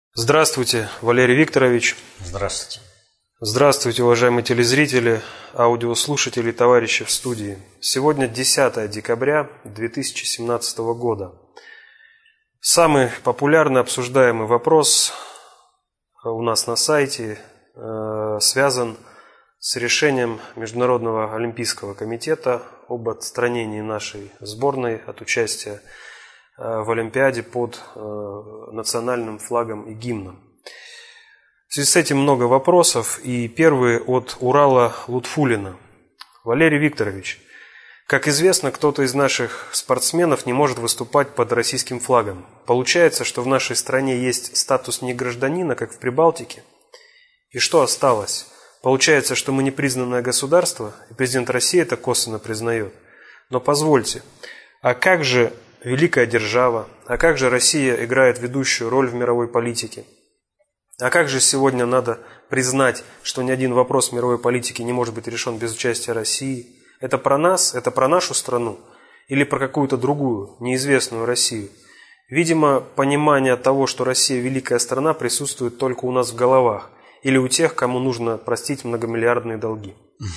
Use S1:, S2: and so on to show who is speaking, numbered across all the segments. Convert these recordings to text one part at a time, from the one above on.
S1: Здравствуйте, Валерий Викторович.
S2: Здравствуйте.
S1: Здравствуйте, уважаемые телезрители, аудиослушатели, товарищи в студии. Сегодня 10 декабря 2017 года. Самый популярный обсуждаемый вопрос у нас на сайте связан с решением Международного олимпийского комитета об отстранении нашей сборной от участия в Олимпиаде под национальным флагом и гимном. В связи с этим много вопросов, и первый от Урала Лутфуллина. Валерий Викторович, как известно, кто-то из наших спортсменов не может выступать под российским флагом. Получается, что в нашей стране есть статус негражданина, как в Прибалтике? И что осталось? Получается, что мы непризнанное государство, и президент России это косвенно признает. Но позвольте, а как же великая держава, а как же Россия играет ведущую роль в мировой политике? А как же сегодня надо признать, что ни один вопрос мировой политики не может быть решен без участия России? Это про нас, это про нашу страну или про какую-то другую, неизвестную Россию? Видимо, понимание того, что Россия великая страна, присутствует только у нас в головах или у тех, кому нужно простить многомиллиардные долги.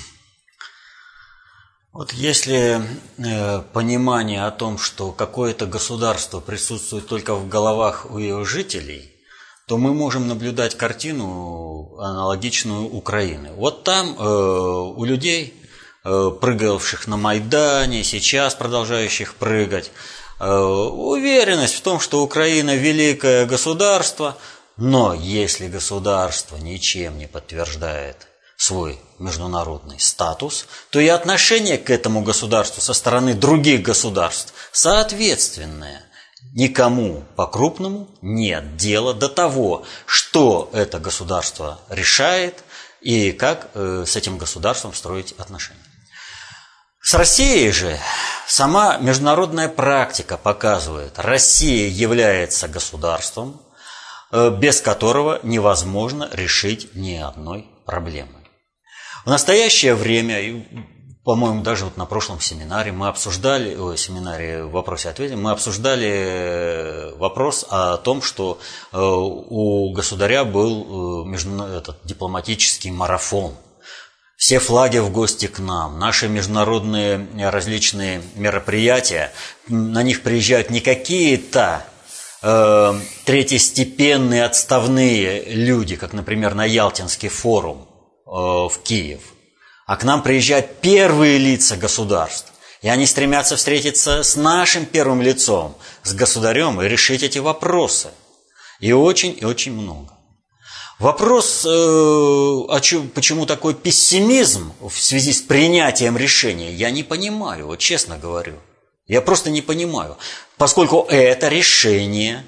S2: Вот если понимание о том, что какое-то государство присутствует только в головах у его жителей, то мы можем наблюдать картину, аналогичную Украины. Вот там у людей, прыгавших на Майдане, сейчас продолжающих прыгать, уверенность в том, что Украина великое государство, но если государство ничем не подтверждает свой международный статус, то и отношение к этому государству со стороны других государств соответственное. Никому по-крупному нет дела до того, что это государство решает и как с этим государством строить отношения. С Россией же сама международная практика показывает, Россия является государством, без которого невозможно решить ни одной проблемы. В настоящее время, по-моему, даже вот на прошлом семинаре мы обсуждали, в вопросе-ответе, мы обсуждали вопрос о том, что у государя был дипломатический марафон. Все флаги в гости к нам, наши международные различные мероприятия, на них приезжают не какие-то третьестепенные отставные люди, как, например, на Ялтинский форум в Киев, а к нам приезжают первые лица государств, и они стремятся встретиться с нашим первым лицом, с государем, и решить эти вопросы. И очень много. Вопрос, почему такой пессимизм в связи с принятием решения, я не понимаю, вот честно говорю. Я просто не понимаю, поскольку это решение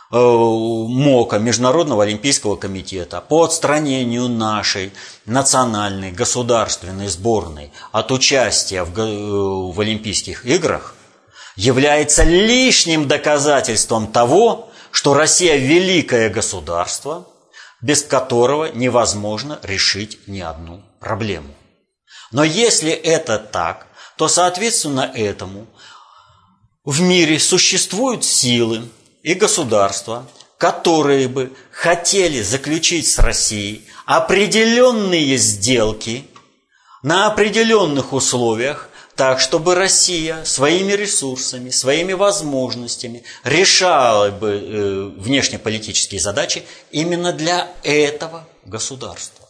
S2: МОКа, Международного олимпийского комитета, по отстранению нашей национальной государственной сборной от участия в Олимпийских играх является лишним доказательством того, что Россия великое государство, без которого невозможно решить ни одну проблему. Но если это так, то соответственно этому в мире существуют силы и государства, которые бы хотели заключить с Россией определенные сделки на определенных условиях, так, чтобы Россия своими ресурсами, своими возможностями решала бы внешнеполитические задачи именно для этого государства.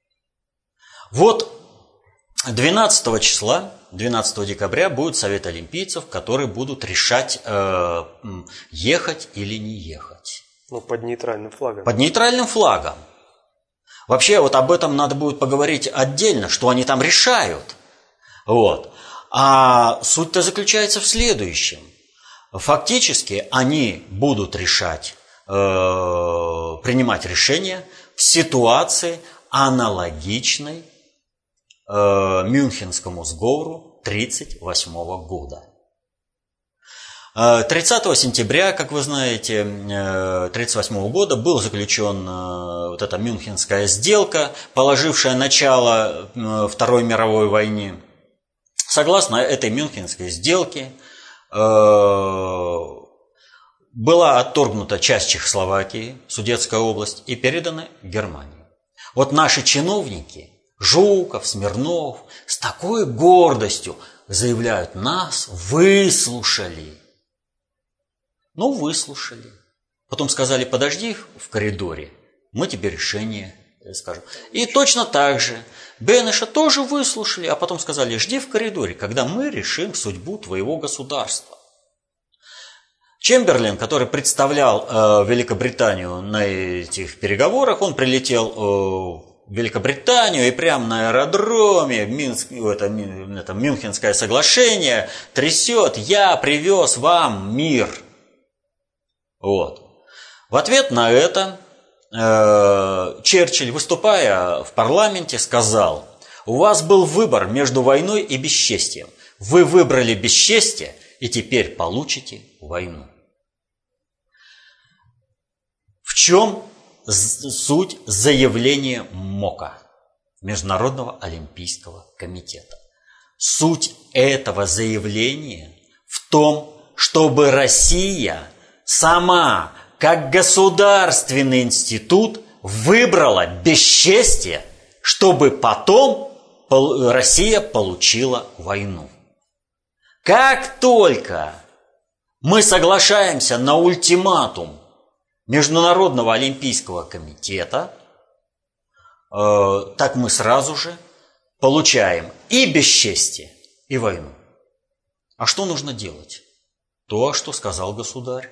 S2: Вот 12 числа, 12 декабря будет Совет олимпийцев, которые будут решать, ехать или не ехать.
S1: Ну, под нейтральным флагом.
S2: Под нейтральным флагом. Вообще, вот об этом надо будет поговорить отдельно, что они там решают. Вот. А суть-то заключается в следующем. Фактически они будут решать, принимать решения в ситуации аналогичной Мюнхенскому сговору 1938 года. 30 сентября, как вы знаете, 1938 года был заключен вот эта Мюнхенская сделка, положившая начало Второй мировой войне. Согласно этой Мюнхенской сделке, была отторгнута часть Чехословакии, Судетская область, и передана Германии. Вот наши чиновники, Жуков, Смирнов, с такой гордостью заявляют: нас выслушали. Ну, выслушали. Потом сказали: подожди в коридоре, мы тебе решение скажем. И точно так же Бенеша тоже выслушали, а потом сказали: жди в коридоре, когда мы решим судьбу твоего государства. Чемберлен, который представлял Великобританию на этих переговорах, он прилетел в Великобританию и прямо на аэродроме Мюнхенское соглашение трясет: я привез вам мир. Вот. В ответ на это Черчилль, выступая в парламенте, сказал: у вас был выбор между войной и бесчестием. Вы выбрали бесчестие и теперь получите войну. В чем суть заявления МОКа, Международного олимпийского комитета? Суть этого заявления в том, чтобы Россия сама, как государственный институт, выбрала бесчестие, чтобы потом Россия получила войну. Как только мы соглашаемся на ультиматум Международного олимпийского комитета, так мы сразу же получаем и бесчестие, и войну. А что нужно делать? То, что сказал государь.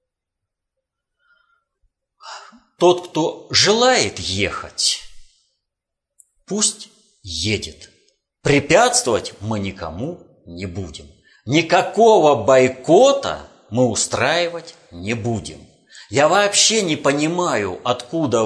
S2: Тот, кто желает ехать, пусть едет. Препятствовать мы никому не будем. Никакого бойкота мы устраивать не будем. Я вообще не понимаю, откуда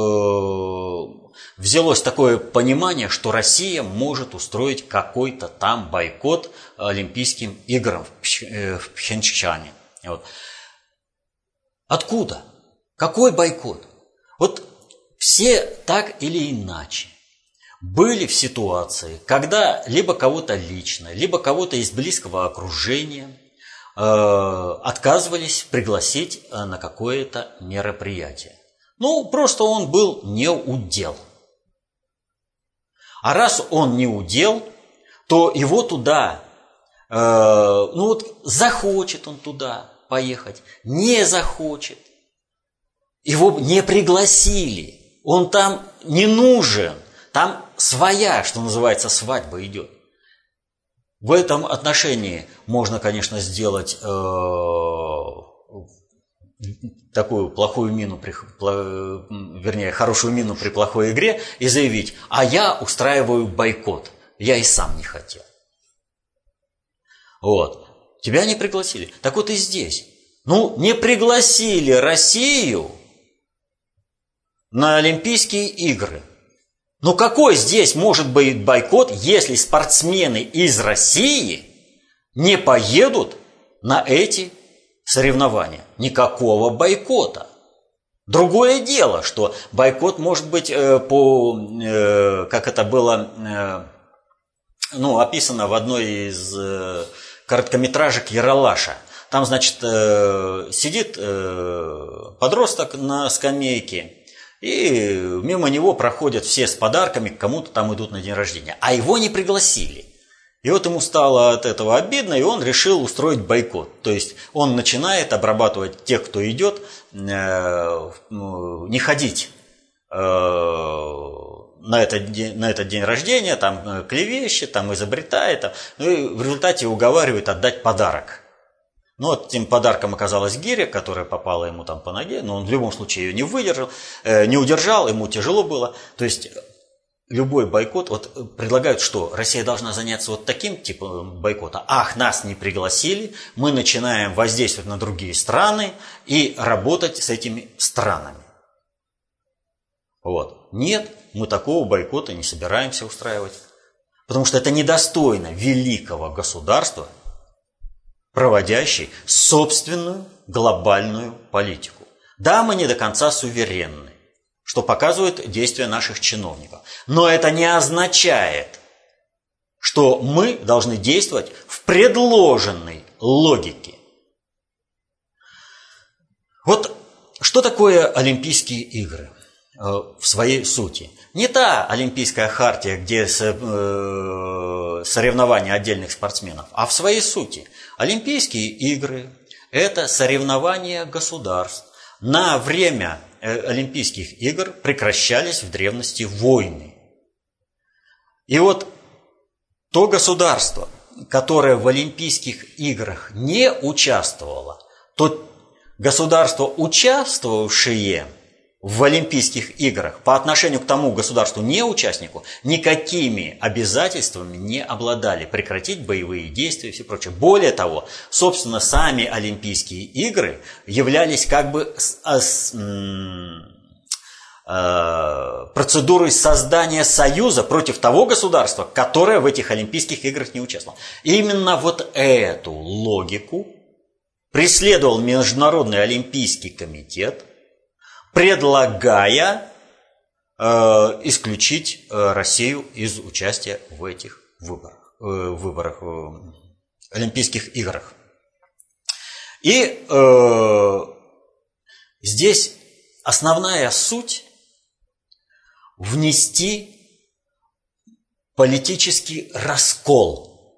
S2: взялось такое понимание, что Россия может устроить какой-то там бойкот Олимпийским играм в Пхенчхане. Вот. Откуда? Какой бойкот? Вот все так или иначе были в ситуации, когда либо кого-то лично, либо кого-то из близкого окружения отказывались пригласить на какое-то мероприятие. Ну, просто он был не удел. А раз он не удел, то его туда, захочет он туда поехать, не захочет. Его не пригласили, он там не нужен, там своя, что называется, свадьба идет. В этом отношении можно, конечно, сделать такую плохую мину, хорошую мину при плохой игре и заявить: а я устраиваю бойкот, я и сам не хотел. Вот. Тебя не пригласили. Так вот и здесь. Не пригласили Россию на Олимпийские игры. Какой здесь может быть бойкот, если спортсмены из России не поедут на эти соревнования? Никакого бойкота. Другое дело, что бойкот может быть как это было описано в одной из короткометражек Ералаша. Там, значит, сидит подросток на скамейке, и мимо него проходят все с подарками, кому-то там идут на день рождения. А его не пригласили. И вот ему стало от этого обидно, и он решил устроить бойкот. То есть он начинает обрабатывать тех, кто идет, не ходить на этот день рождения, там клевещет, там изобретает, и в результате уговаривает отдать подарок. Этим подарком оказалась гиря, которая попала ему там по ноге, но он в любом случае ее не удержал, ему тяжело было. То есть любой бойкот, предлагают, что Россия должна заняться таким типом бойкота. Ах, нас не пригласили, мы начинаем воздействовать на другие страны и работать с этими странами. Нет, мы такого бойкота не собираемся устраивать, потому что это недостойно великого государства, проводящий собственную глобальную политику. Да, мы не до конца суверенны, что показывает действия наших чиновников. Но это не означает, что мы должны действовать в предложенной логике. Вот что такое Олимпийские игры в своей сути? Не та Олимпийская хартия, где соревнования отдельных спортсменов, а в своей сути. Олимпийские игры – это соревнования государств. На время Олимпийских игр прекращались в древности войны. И вот то государство, которое в Олимпийских играх не участвовало, то государства, участвовавшие в Олимпийских играх, по отношению к тому государству неучастнику, никакими обязательствами не обладали прекратить боевые действия и все прочее. Более того, собственно, сами Олимпийские игры являлись как бы процедурой создания союза против того государства, которое в этих Олимпийских играх не участвовало. И именно вот эту логику преследовал Международный Олимпийский комитет, предлагая исключить Россию из участия в этих выборах Олимпийских играх. И здесь основная суть – внести политический раскол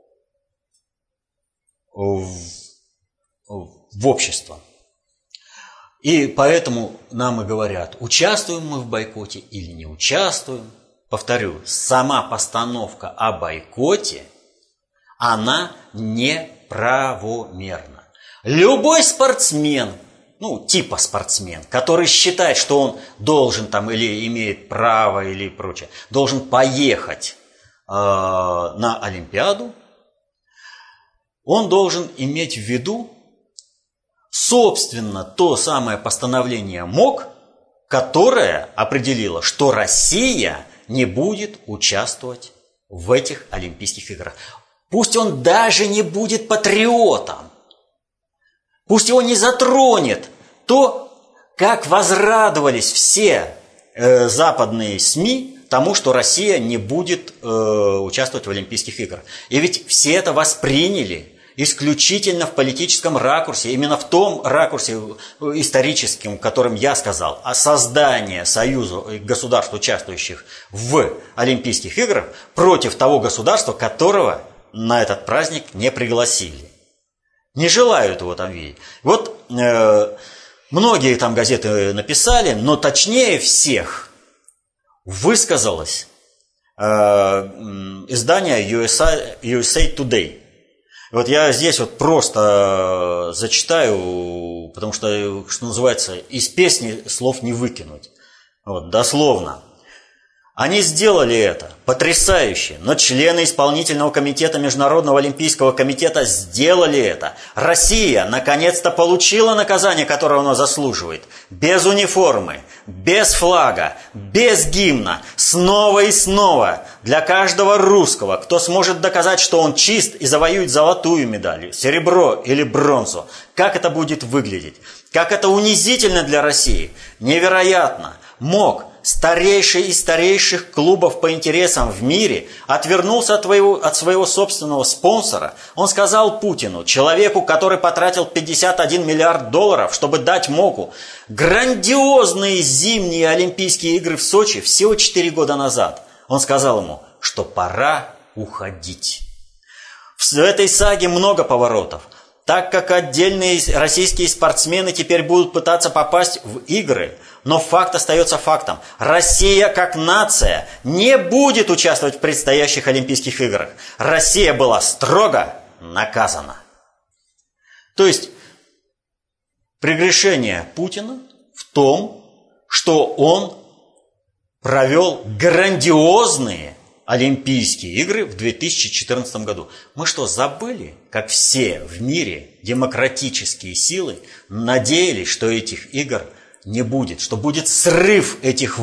S2: в общество. И поэтому нам и говорят, участвуем мы в бойкоте или не участвуем. Повторю, сама постановка о бойкоте, она неправомерна. Любой спортсмен, типа спортсмен, который считает, что он должен там или имеет право или прочее, должен поехать на Олимпиаду, он должен иметь в виду, собственно, то самое постановление МОК, которое определило, что Россия не будет участвовать в этих Олимпийских играх. Пусть он даже не будет патриотом, пусть его не затронет то, как возрадовались все западные СМИ тому, что Россия не будет участвовать в Олимпийских играх. И ведь все это восприняли исключительно в политическом ракурсе, именно в том ракурсе историческом, которым я сказал, о создании союза государств, участвующих в Олимпийских играх, против того государства, которого на этот праздник не пригласили. Не желают его там видеть. Вот многие там газеты написали, но точнее всех высказалось издание USA Today. Вот я здесь вот просто зачитаю, потому что называется, из песни слов не выкинуть. Вот, дословно. Они сделали это потрясающе, но члены исполнительного комитета Международного Олимпийского комитета сделали это. Россия наконец-то получила наказание, которое она заслуживает. Без униформы, без флага, без гимна, снова и снова. Для каждого русского, кто сможет доказать, что он чист и завоюет золотую медаль, серебро или бронзу. Как это будет выглядеть? Как это унизительно для России? Невероятно. МОК, старейший из старейших клубов по интересам в мире, отвернулся от своего собственного спонсора. Он сказал Путину, человеку, который потратил $51 миллиард, чтобы дать МОКу грандиозные зимние Олимпийские игры в Сочи всего 4 года назад. Он сказал ему, что пора уходить. В этой саге много поворотов. Так как отдельные российские спортсмены теперь будут пытаться попасть в игры, но факт остается фактом. Россия как нация не будет участвовать в предстоящих Олимпийских играх. Россия была строго наказана. То есть прегрешение Путина в том, что он провел грандиозные Олимпийские игры в 2014 году. Мы что, забыли, как все в мире демократические силы надеялись, что этих игр не будет, что будет срыв этих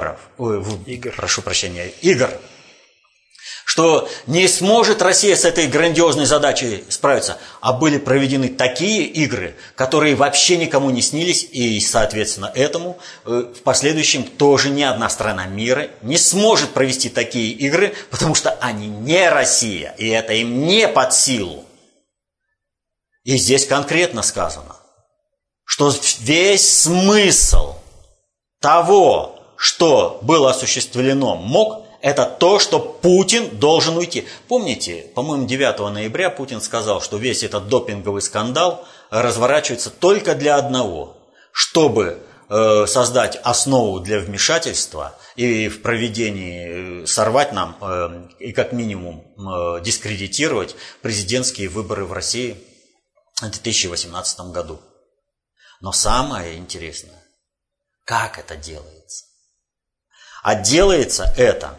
S2: игр, что не сможет Россия с этой грандиозной задачей справиться, а были проведены такие игры, которые вообще никому не снились, и, соответственно, этому в последующем тоже ни одна страна мира не сможет провести такие игры, потому что они не Россия, и это им не под силу. И здесь конкретно сказано, что весь смысл того, что было осуществлено МОК, это то, что Путин должен уйти. Помните, по-моему, 9 ноября Путин сказал, что весь этот допинговый скандал разворачивается только для одного, чтобы создать основу для вмешательства и в проведении сорвать нам и как минимум дискредитировать президентские выборы в России в 2018 году. Но самое интересное, как это делается? А делается это,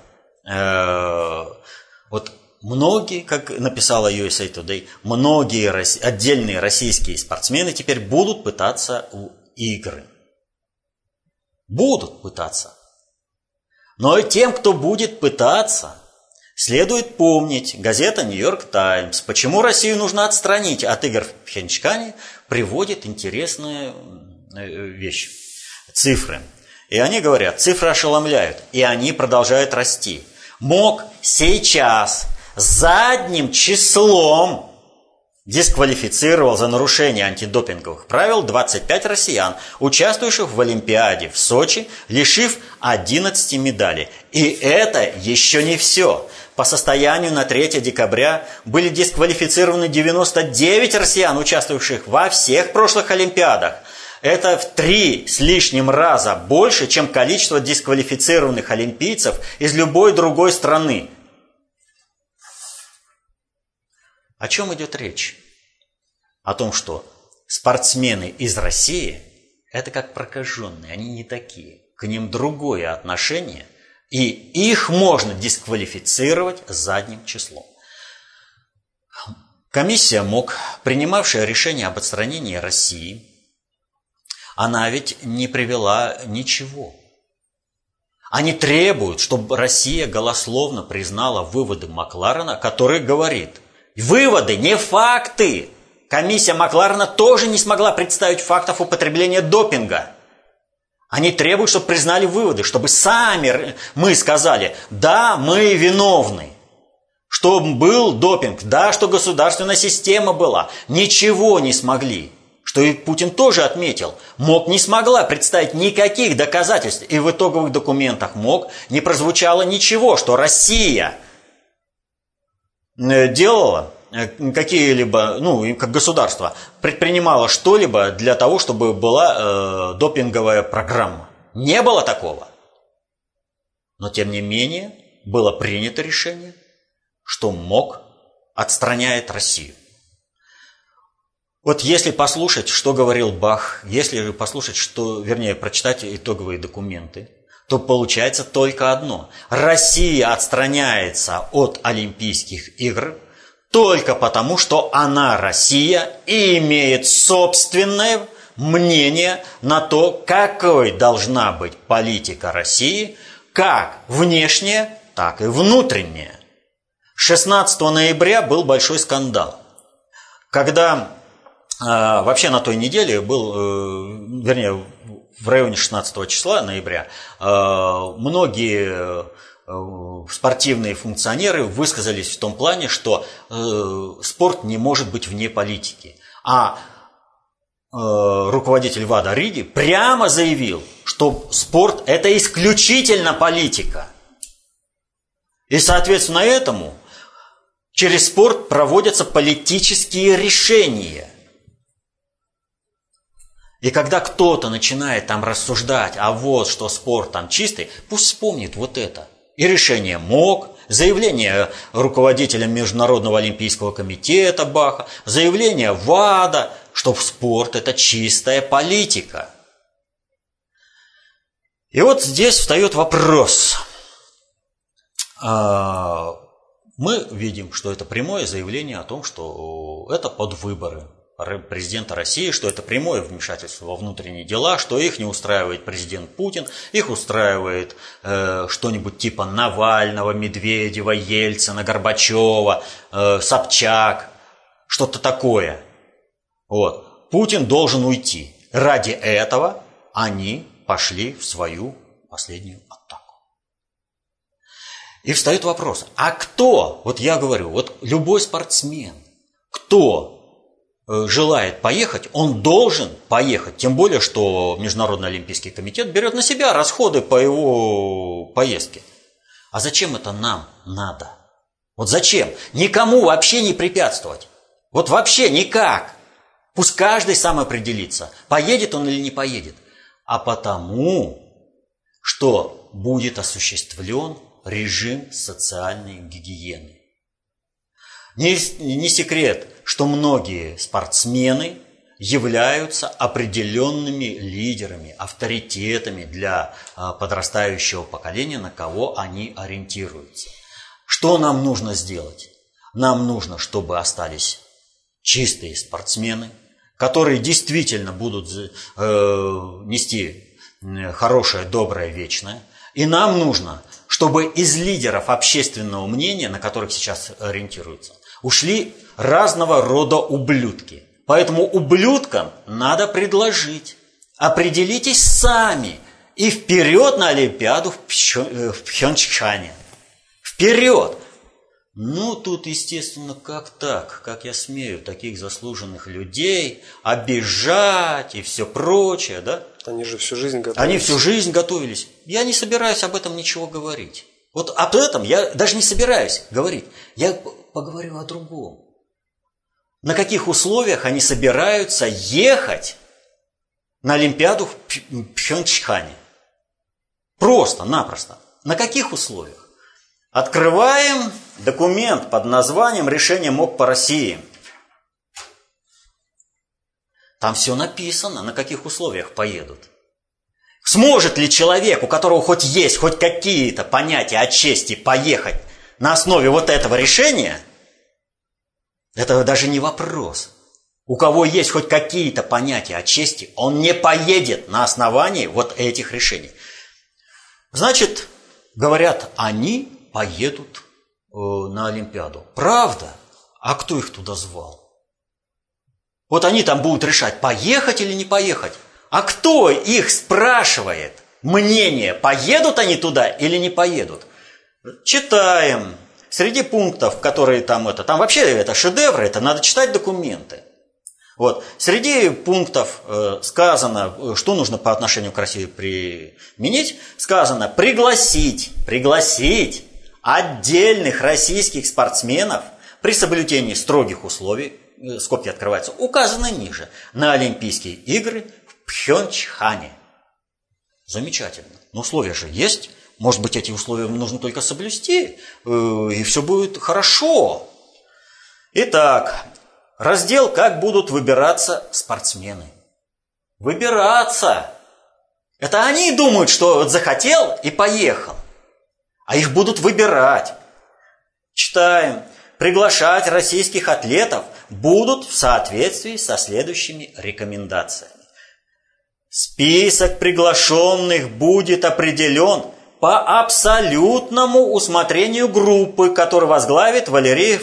S2: вот многие, как написала USA Today, многие отдельные российские спортсмены теперь будут пытаться игры. Будут пытаться. Но и тем, кто будет пытаться, следует помнить, газета «Нью-Йорк Таймс», почему Россию нужно отстранить от игр в Пхенчхане, приводит интересные вещи, цифры. И они говорят, цифры ошеломляют, и они продолжают расти. МОК сейчас задним числом дисквалифицировал за нарушение антидопинговых правил 25 россиян, участвующих в Олимпиаде в Сочи, лишив 11 медалей. И это еще не все. По состоянию на 3 декабря были дисквалифицированы 99 россиян, участвовавших во всех прошлых Олимпиадах. Это в 3 с лишним раза больше, чем количество дисквалифицированных олимпийцев из любой другой страны. О чем идет речь? О том, что спортсмены из России – это как прокаженные, они не такие. К ним другое отношение, и их можно дисквалифицировать задним числом. Комиссия МОК, принимавшая решение об отстранении России, она ведь не привела ничего. Они требуют, чтобы Россия голословно признала выводы Макларена, который говорит: выводы, не факты. Комиссия Макларена тоже не смогла представить фактов употребления допинга. Они требуют, чтобы признали выводы, чтобы сами мы сказали: да, мы виновны, что был допинг, да, что государственная система была. Ничего не смогли. Что и Путин тоже отметил, МОК не смогла представить никаких доказательств, и в итоговых документах МОК не прозвучало ничего, что Россия делала какие-либо, как государство, предпринимало что-либо для того, чтобы была допинговая программа. Не было такого. Но, тем не менее, было принято решение, что МОК отстраняет Россию. Вот если послушать, что говорил Бах, если послушать, прочитать итоговые документы, то получается только одно. Россия отстраняется от Олимпийских игр только потому, что она Россия и имеет собственное мнение на то, какой должна быть политика России, как внешняя, так и внутренняя. 16 ноября был большой скандал, когда вообще на той неделе в районе 16 числа ноября многие спортивные функционеры высказались в том плане, что спорт не может быть вне политики. А руководитель ВАДА Риги прямо заявил, что спорт – это исключительно политика. И, соответственно, этому через спорт проводятся политические решения. И когда кто-то начинает там рассуждать, а вот что спорт там чистый, пусть вспомнит вот это. И решение МОК, заявление руководителя Международного олимпийского комитета Баха, заявление ВАДА, что спорт – это чистая политика. И вот здесь встает вопрос. Мы видим, что это прямое заявление о том, что это под выборы президента России, что это прямое вмешательство во внутренние дела, что их не устраивает президент Путин, их устраивает что-нибудь типа Навального, Медведева, Ельцина, Горбачева, Собчак, что-то такое. Вот. Путин должен уйти. Ради этого они пошли в свою последнюю атаку. И встает вопрос, а кто, вот я говорю, вот любой спортсмен, кто желает поехать, он должен поехать. Тем более, что Международный олимпийский комитет берет на себя расходы по его поездке. А зачем это нам надо? Вот зачем? Никому вообще не препятствовать. Вот вообще никак. Пусть каждый сам определится, поедет он или не поедет. А потому, что будет осуществлен режим социальной гигиены. Не секрет, что многие спортсмены являются определенными лидерами, авторитетами для подрастающего поколения, на кого они ориентируются. Что нам нужно сделать? Нам нужно, чтобы остались чистые спортсмены, которые действительно будут нести хорошее, доброе, вечное. И нам нужно, чтобы из лидеров общественного мнения, на которых сейчас ориентируются, ушли разного рода ублюдки. Поэтому ублюдкам надо предложить. Определитесь сами и вперед на Олимпиаду в Пхенчхане. Вперед! Ну, тут, естественно, как так? Как я смею таких заслуженных людей обижать и все прочее, да?
S1: Они же всю жизнь готовились.
S2: Они всю жизнь готовились. Я не собираюсь об этом ничего говорить. Вот об этом я даже не собираюсь говорить. Я поговорю о другом. На каких условиях они собираются ехать на Олимпиаду в Пхенчхане? Просто-напросто. На каких условиях? Открываем документ под названием «Решение МОК по России». Там все написано, на каких условиях поедут. Сможет ли человек, у которого хоть есть хоть какие-то понятия о чести, поехать на основе вот этого решения? Это даже не вопрос. У кого есть хоть какие-то понятия о чести, он не поедет на основании вот этих решений. Значит, говорят, они поедут на Олимпиаду. Правда? А кто их туда звал? Вот они там будут решать, поехать или не поехать. А кто их спрашивает мнение, поедут они туда или не поедут? Читаем. Среди пунктов, которые там вообще это шедевры, это надо читать документы. Вот. Среди пунктов сказано, что нужно по отношению к России применить, сказано пригласить отдельных российских спортсменов при соблюдении строгих условий, скобки открываются, указаны ниже, на Олимпийские игры в Пхенчхане. Замечательно. Но условия же есть. Может быть, эти условия нужно только соблюсти, и все будет хорошо. Итак, раздел «Как будут выбираться спортсмены». Выбираться. Это они думают, что вот захотел и поехал. А их будут выбирать. Читаем. Приглашать российских атлетов будут в соответствии со следующими рекомендациями. Список приглашенных будет определен по абсолютному усмотрению группы, которую возглавит Валерий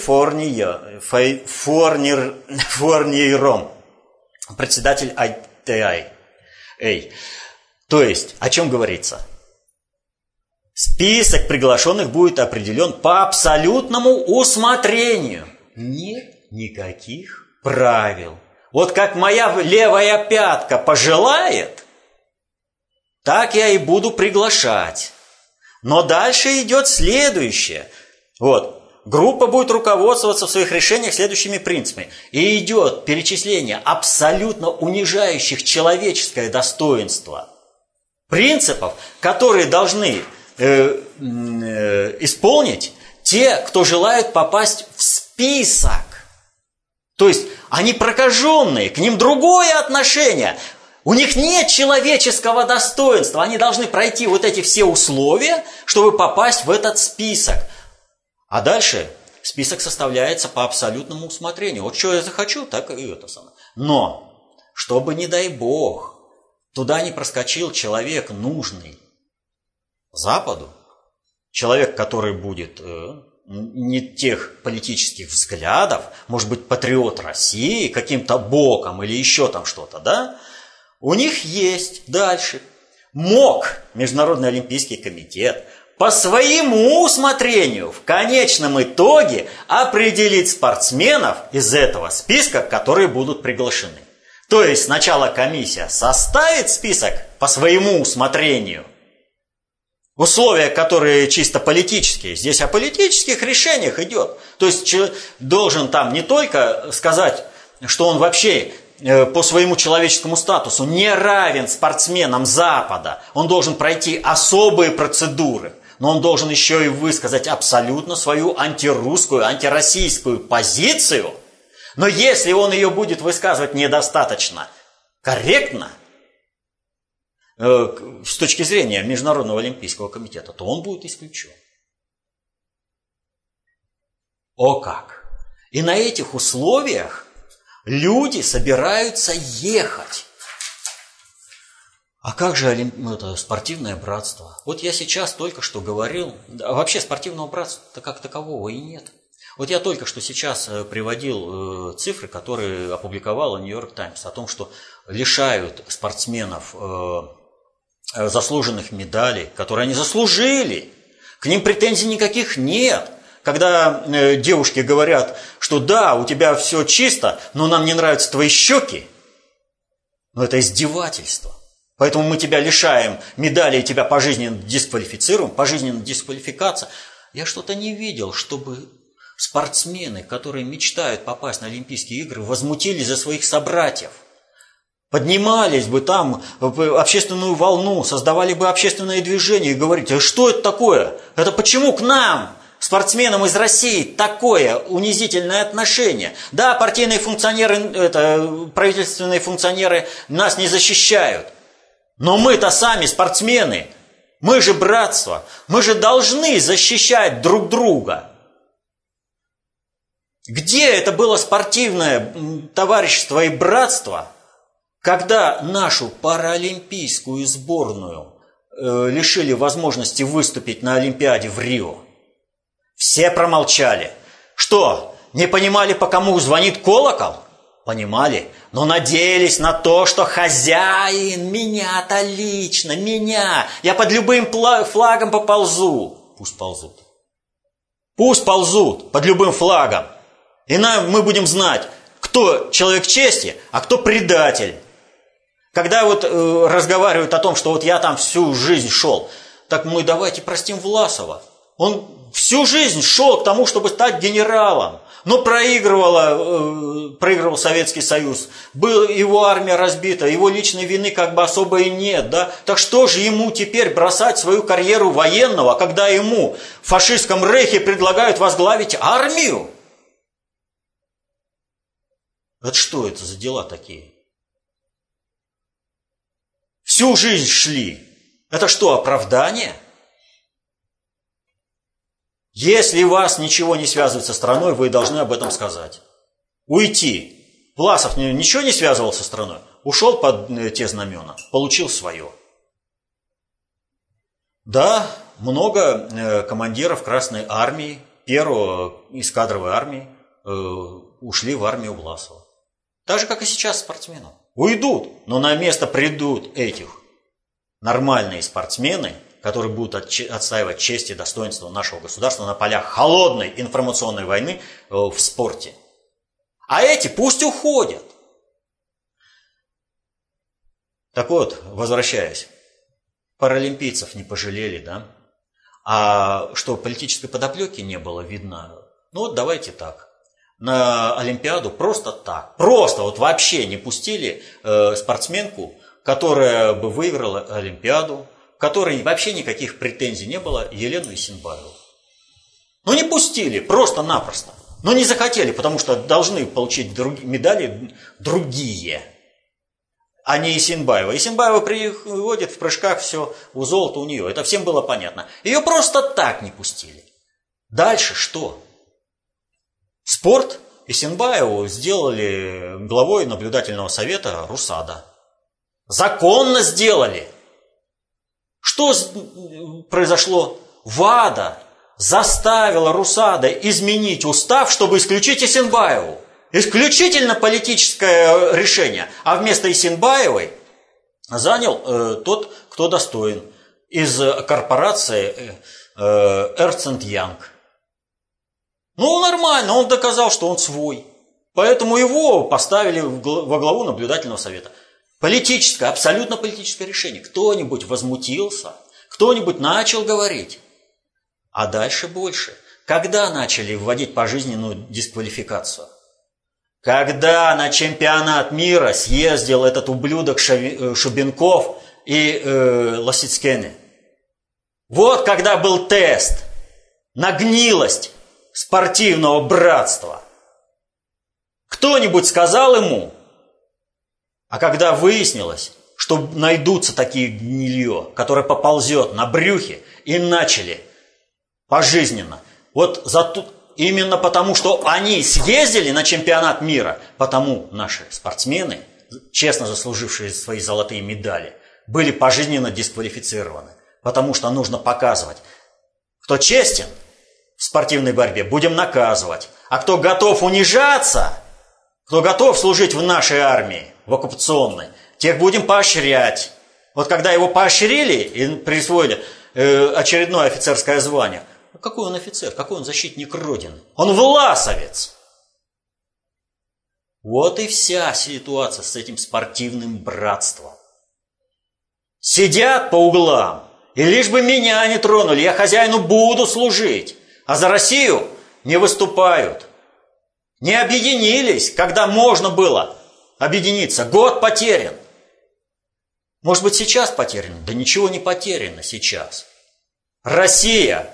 S2: Фурнийром, председатель ITA. То есть, о чем говорится? Список приглашенных будет определен по абсолютному усмотрению. Нет никаких правил. Вот как моя левая пятка пожелает, так я и буду приглашать. Но дальше идет следующее. Вот. Группа будет руководствоваться в своих решениях следующими принципами. И идет перечисление абсолютно унижающих человеческое достоинство принципов, которые должны исполнить те, кто желают попасть в список. То есть они прокаженные, к ним другое отношение. У них нет человеческого достоинства. Они должны пройти вот эти все условия, чтобы попасть в этот список. А дальше список составляется по абсолютному усмотрению. Вот что я захочу, так и это самое. Но, чтобы, не дай бог, туда не проскочил человек нужный Западу, человек, который будет не тех политических взглядов, может быть, патриот России, каким-то боком или еще там что-то, да? У них есть дальше МОК, Международный олимпийский комитет, по своему усмотрению в конечном итоге определить спортсменов из этого списка, которые будут приглашены. То есть сначала комиссия составит список по своему усмотрению, условия, которые чисто политические. Здесь о политических решениях идет. То есть человек должен там не только сказать, что он вообще по своему человеческому статусу не равен спортсменам Запада. Он должен пройти особые процедуры. Но он должен еще и высказать абсолютно свою антирусскую, антироссийскую позицию. Но если он ее будет высказывать недостаточно корректно, с точки зрения Международного олимпийского комитета, то он будет исключен. О как! И на этих условиях люди собираются ехать. А как же это спортивное братство? Вот я сейчас только что говорил, а вообще спортивного братства как такового и нет. Вот я только что сейчас приводил цифры, которые опубликовала Нью-Йорк Таймс, о том, что лишают спортсменов заслуженных медалей, которые они заслужили. К ним претензий никаких нет. Когда девушки говорят, что да, у тебя все чисто, но нам не нравятся твои щеки, но это издевательство. Поэтому мы тебя лишаем медали и тебя пожизненно дисквалифицируем, пожизненная дисквалификация. Я что-то не видел, чтобы спортсмены, которые мечтают попасть на Олимпийские игры, возмутились за своих собратьев. Поднимались бы там в общественную волну, создавали бы общественное движение и говорили, а что это такое? Это почему к нам, спортсменам из России, такое унизительное отношение? Да, партийные функционеры, правительственные функционеры нас не защищают. Но мы-то сами спортсмены, мы же братство, мы же должны защищать друг друга. Где это было спортивное товарищество и братство, когда нашу паралимпийскую сборную лишили возможности выступить на Олимпиаде в Рио? Все промолчали. Что, не понимали, по кому звонит колокол? Понимали, но надеялись на то, что хозяин меня-то лично, меня, я под любым флагом поползу. Пусть ползут. Пусть ползут под любым флагом. И мы будем знать, кто человек чести, а кто предатель. Когда вот разговаривают о том, что вот я там всю жизнь шел, так мы давайте простим Власова. Он всю жизнь шел к тому, чтобы стать генералом. Но проигрывал Советский Союз. Его армия разбита, его личной вины как бы особо и нет. Да? Так что же ему теперь бросать свою карьеру военного, когда ему в фашистском рейхе предлагают возглавить армию? Это что это за дела такие? Всю жизнь шли. Это что, оправдание? Если вас ничего не связывает со страной, вы должны об этом сказать. Уйти. Власов ничего не связывал со страной. Ушел под те знамена, получил свое. Да, много командиров Красной Армии, первого из кадровой армии, ушли в армию Власова. Так же, как и сейчас спортсменов. Уйдут, но на место придут этих нормальные спортсмены, которые будут отстаивать честь и достоинство нашего государства на полях холодной информационной войны в спорте. А эти пусть уходят. Так вот, возвращаясь, паралимпийцев не пожалели, да? А что политической подоплеки не было видно, ну вот давайте так. На Олимпиаду просто так, просто вот вообще не пустили спортсменку, которая бы выиграла Олимпиаду, которой вообще никаких претензий не было, Елену Исенбаеву. Ну не пустили, просто-напросто. Но не захотели, потому что должны получить медали другие, а не Исенбаева. Исенбаева приходит в прыжках, все, у золота у нее. Это всем было понятно. Ее просто так не пустили. Дальше что? Спорт Исенбаеву сделали главой наблюдательного совета РУСАДА. Законно сделали. Что произошло? ВАДА заставила РУСАДА изменить устав, чтобы исключить Исенбаеву. Исключительно политическое решение. А вместо Исенбаевой занял тот, кто достоин. из корпорации Ernst & Young. Ну, нормально, он доказал, что он свой. Поэтому его поставили во главу наблюдательного совета. Политическое, абсолютно политическое решение. Кто-нибудь возмутился, кто-нибудь начал говорить. А дальше больше. Когда начали вводить пожизненную дисквалификацию? Когда на чемпионат мира съездил этот ублюдок Шубенков и Лосицкене. Вот когда был тест на гнилость спортивного братства. Кто-нибудь сказал ему? А когда выяснилось, что найдутся такие гнилье, которое поползет на брюхе, и начали пожизненно. Вот именно потому, что они съездили на чемпионат мира, потому наши спортсмены, честно заслужившие свои золотые медали, были пожизненно дисквалифицированы. Потому что нужно показывать, кто честен в спортивной борьбе, будем наказывать. А кто готов унижаться, кто готов служить в нашей армии, в оккупационной, тех будем поощрять. Вот когда его поощрили и присвоили очередное офицерское звание, какой он офицер, какой он защитник Родины? Он власовец. Вот и вся ситуация с этим спортивным братством. Сидят по углам, и лишь бы меня не тронули, я хозяину буду служить, а за Россию не выступают. Не объединились, когда можно было объединиться. Год потерян. Может быть, сейчас потеряно? Да ничего не потеряно сейчас. Россия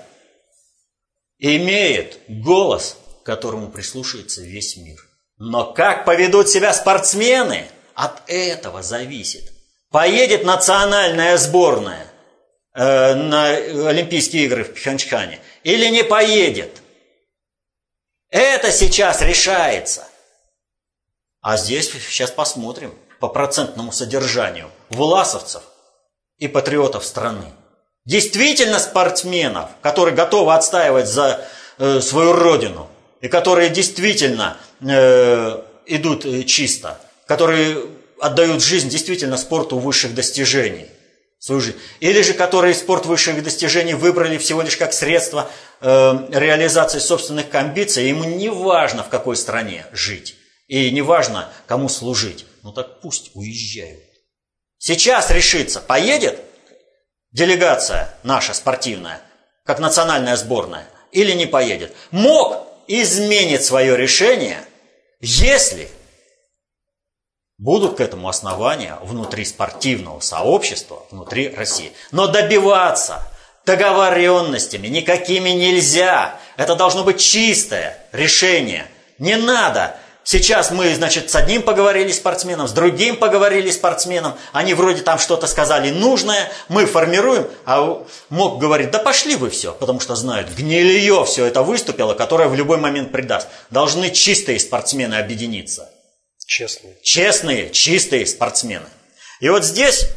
S2: имеет голос, к которому прислушивается весь мир. Но как поведут себя спортсмены, от этого зависит. Поедет национальная сборная на Олимпийские игры в Пхенчхане или не поедет? Это сейчас решается. А здесь сейчас посмотрим по процентному содержанию власовцев и патриотов страны. Действительно спортсменов, которые готовы отстаивать за свою родину и которые действительно идут чисто, которые отдают жизнь действительно спорту высших достижений. Свою жизнь. Или же которые спорт высших достижений выбрали всего лишь как средство реализации собственных амбиций. Им не важно, в какой стране жить. И не важно, кому служить. Ну так пусть уезжают. Сейчас решится, поедет делегация наша спортивная, как национальная сборная, или не поедет. МОК изменит свое решение, если будут к этому основания внутри спортивного сообщества, внутри России. Но добиваться договоренностями никакими нельзя. Это должно быть чистое решение. Не надо. Сейчас мы, значит, с одним поговорили спортсменом, с другим поговорили спортсменом. Они вроде там что-то сказали нужное, мы формируем. А МОК говорит, да пошли вы все, потому что знают, гнилье все это выступило, которое в любой момент предаст. Должны чистые спортсмены объединиться.
S1: Честные.
S2: Честные, чистые спортсмены. И вот здесь,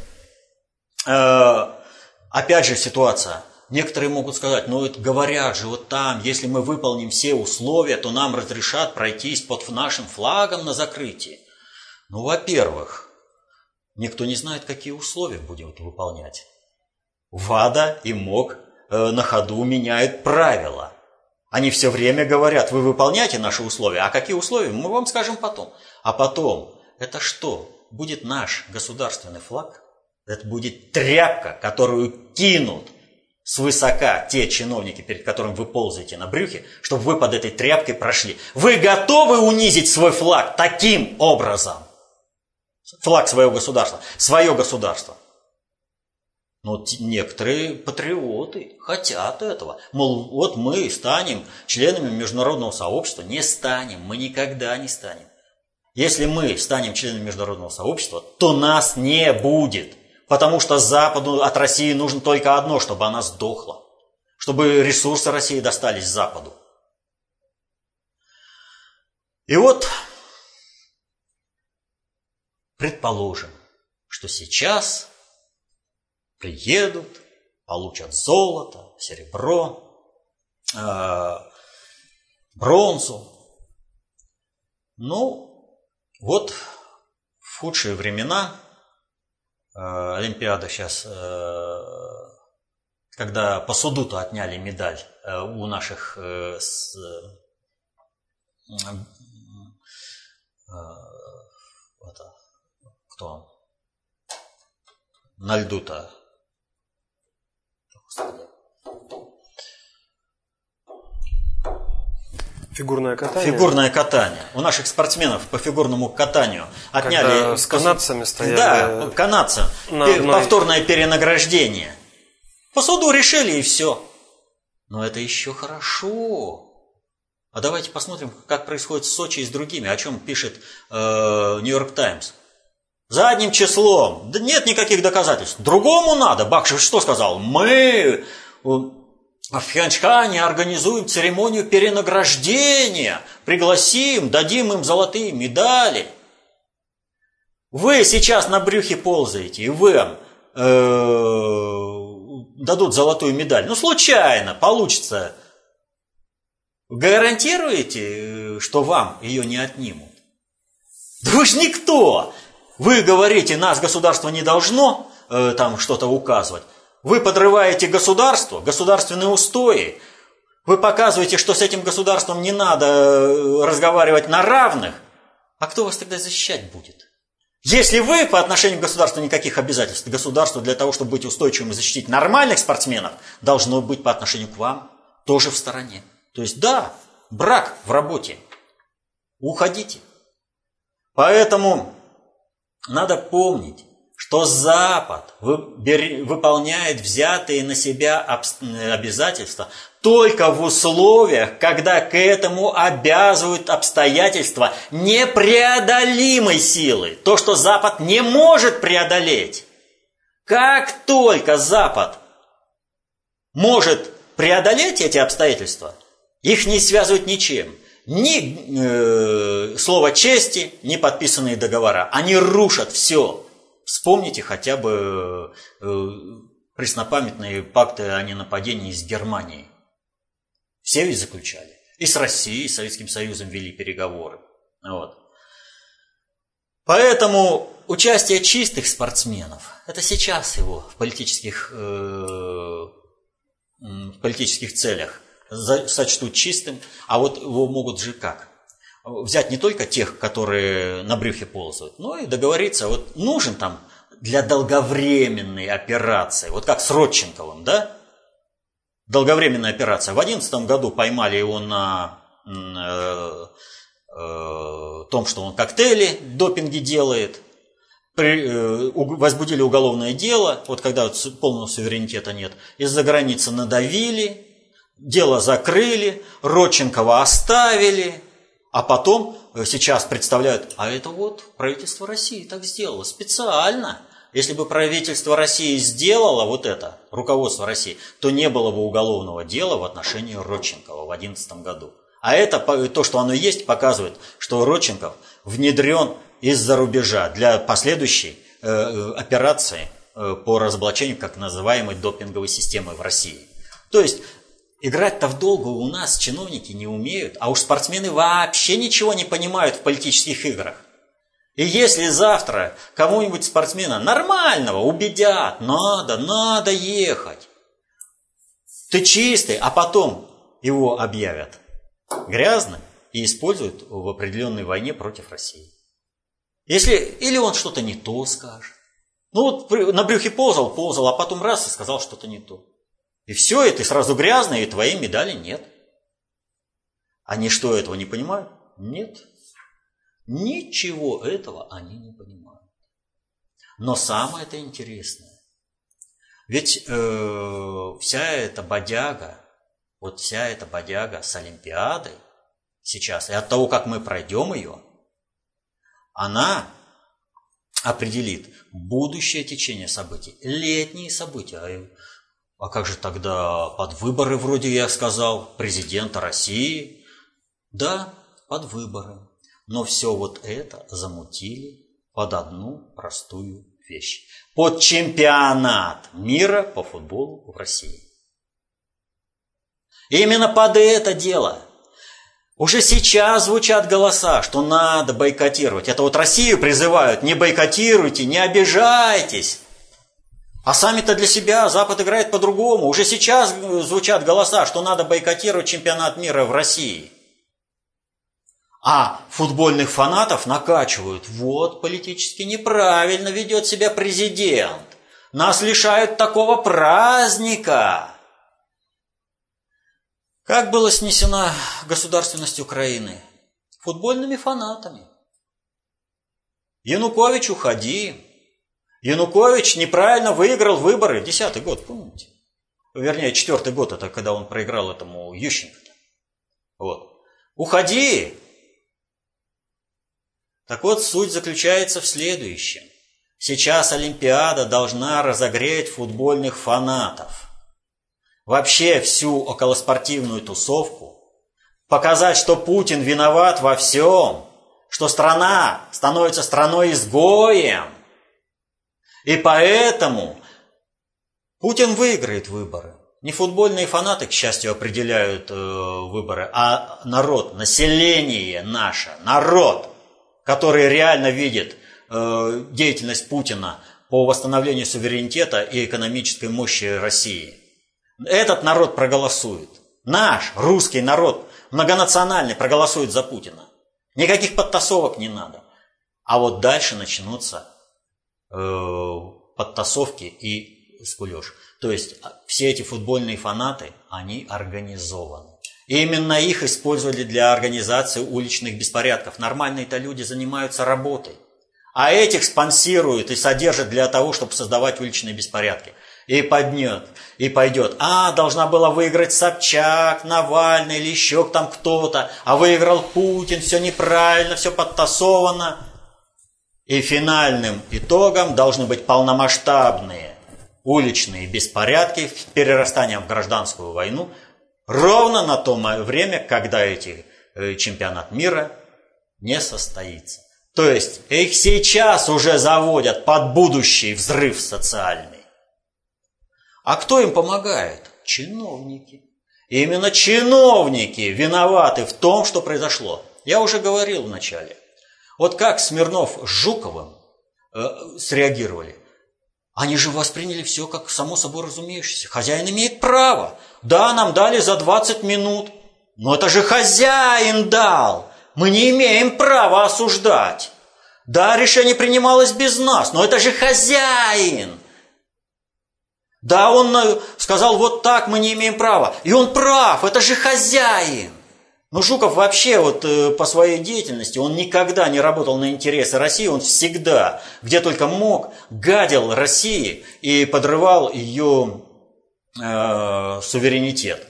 S2: опять же, ситуация. Некоторые могут сказать, ну это говорят же, вот там, если мы выполним все условия, то нам разрешат пройтись под нашим флагом на закрытии. Ну, во-первых, никто не знает, какие условия будут выполнять. ВАДА и МОК на ходу меняют правила. Они все время говорят, вы выполняете наши условия, а какие условия, мы вам скажем потом. А потом, это что? Будет наш государственный флаг? Это будет тряпка, которую кинут свысока те чиновники, перед которыми вы ползаете на брюхе, чтобы вы под этой тряпкой прошли. Вы готовы унизить свой флаг таким образом? Флаг своего государства. Свое государство. Но некоторые патриоты хотят этого. Мол, вот мы станем членами международного сообщества. Не станем, мы никогда не станем. Если мы станем членами международного сообщества, то нас не будет. Потому что Западу от России нужно только одно, чтобы она сдохла. Чтобы ресурсы России достались Западу. И вот, предположим, что сейчас приедут, получат золото, серебро, бронзу. Ну, вот в худшие времена Олимпиада сейчас когда по суду-то отняли медаль у наших кто он? На льду-то.
S1: Фигурное катание?
S2: Фигурное катание. У наших спортсменов по фигурному катанию отняли...
S1: Когда с канадцами стояли...
S2: Да, канадцам. Повторное перенаграждение. По суду решили, и все. Но это еще хорошо. А давайте посмотрим, как происходит в Сочи и с другими. О чем пишет Нью-Йорк Таймс. Задним числом. Да нет никаких доказательств. Другому надо. Бакшев что сказал? Мы в Пхенчхане организуем церемонию перенаграждения. Пригласим, дадим им золотые медали. Вы сейчас на брюхе ползаете, и вам дадут золотую медаль. Ну, случайно получится. Гарантируете, что вам ее не отнимут? Да вы же никто! Вы говорите, нас государство не должно там что-то указывать. Вы подрываете государство, государственные устои. Вы показываете, что с этим государством не надо разговаривать на равных. А кто вас тогда защищать будет? Если вы по отношению к государству никаких обязательств, государство для того, чтобы быть устойчивым и защитить нормальных спортсменов, должно быть по отношению к вам тоже в стороне. То есть да, брак в работе. Уходите. Поэтому надо помнить, что Запад выполняет взятые на себя обязательства только в условиях, когда к этому обязывают обстоятельства непреодолимой силы. То, что Запад не может преодолеть. Как только Запад может преодолеть эти обстоятельства, их не связывают ничем. Ни слова чести, ни подписанные договора. Они рушат все. Вспомните хотя бы преснопамятные пакты о ненападении с Германией. Все ведь заключали. И с Россией, и с Советским Союзом вели переговоры. Вот. Поэтому участие чистых спортсменов, это сейчас его в политических целях сочтут чистым, а вот его могут же как? Взять не только тех, которые на брюхе ползают, но и договориться, вот нужен там для долговременной операции, вот как с Родченковым, да? Долговременная операция. В 2011 году поймали его на том, что он коктейли, допинги делает, возбудили уголовное дело, вот когда полного суверенитета нет, из-за границы надавили, дело закрыли, Родченкова оставили, а потом сейчас представляют, а это вот правительство России так сделало специально. Если бы правительство России сделало вот это, руководство России, то не было бы уголовного дела в отношении Родченкова в 2011 году. А это, то, что оно есть, показывает, что Родченков внедрен из-за рубежа для последующей операции по разоблачению так называемой допинговой системы в России. То есть играть-то в долгую у нас чиновники не умеют, а уж спортсмены вообще ничего не понимают в политических играх. И если завтра кому-нибудь спортсмена нормального убедят, надо ехать, ты чистый, а потом его объявят грязным и используют в определенной войне против России. Или он что-то не то скажет. Ну вот на брюхе ползал, а потом раз и сказал что-то не то. И все, и ты сразу грязный, и твоей медали нет. Они что, этого не понимают? Нет. Ничего этого они не понимают. Но самое-то интересное. Ведь вся эта бодяга с Олимпиадой сейчас, и от того, как мы пройдем ее, она определит будущее течение событий, летние события. А как же тогда под выборы, вроде я сказал, президента России? Да, под выборы. Но все вот это замутили под одну простую вещь. Под чемпионат мира по футболу в России. Именно под это дело. Уже сейчас звучат голоса, что надо бойкотировать. Это вот Россию призывают, не бойкотируйте, не обижайтесь. А сами-то для себя Запад играет по-другому. Уже сейчас звучат голоса, что надо бойкотировать чемпионат мира в России. А футбольных фанатов накачивают. Вот политически неправильно ведет себя президент. Нас лишают такого праздника. Как была снесена государственность Украины? Футбольными фанатами. Янукович, уходи. Янукович неправильно выиграл выборы. 10-й год, помните? Вернее, 4-й год, это когда он проиграл этому Ющенко. Вот. Уходи. Так вот, суть заключается в следующем. Сейчас Олимпиада должна разогреть футбольных фанатов. Вообще всю околоспортивную тусовку. Показать, что Путин виноват во всем. Что страна становится страной-изгоем. И поэтому Путин выиграет выборы. Не футбольные фанаты, к счастью, определяют выборы, а народ, население наше, народ, который реально видит деятельность Путина по восстановлению суверенитета и экономической мощи России. Этот народ проголосует. Наш русский народ, многонациональный, проголосует за Путина. Никаких подтасовок не надо. А вот дальше начнутся подтасовки и скулёж. То есть все эти футбольные фанаты, они организованы. И именно их использовали для организации уличных беспорядков. Нормальные-то люди занимаются работой. А этих спонсируют и содержат для того, чтобы создавать уличные беспорядки. И пойдет. Должна была выиграть Собчак, Навальный или еще там кто-то. А выиграл Путин, все неправильно, все подтасовано. И финальным итогом должны быть полномасштабные уличные беспорядки с перерастанием в гражданскую войну ровно на то время, когда чемпионат мира не состоится. То есть их сейчас уже заводят под будущий взрыв социальный. А кто им помогает? Чиновники. И именно чиновники виноваты в том, что произошло. Я уже говорил вначале. Вот как Смирнов с Жуковым среагировали? Они же восприняли все как само собой разумеющееся. Хозяин имеет право. Да, нам дали за 20 минут. Но это же хозяин дал. Мы не имеем права осуждать. Да, решение принималось без нас, но это же хозяин. Да, он сказал, вот так мы не имеем права. И он прав, это же хозяин. Но Жуков вообще по своей деятельности, он никогда не работал на интересы России, он всегда, где только мог, гадил России и подрывал ее суверенитет.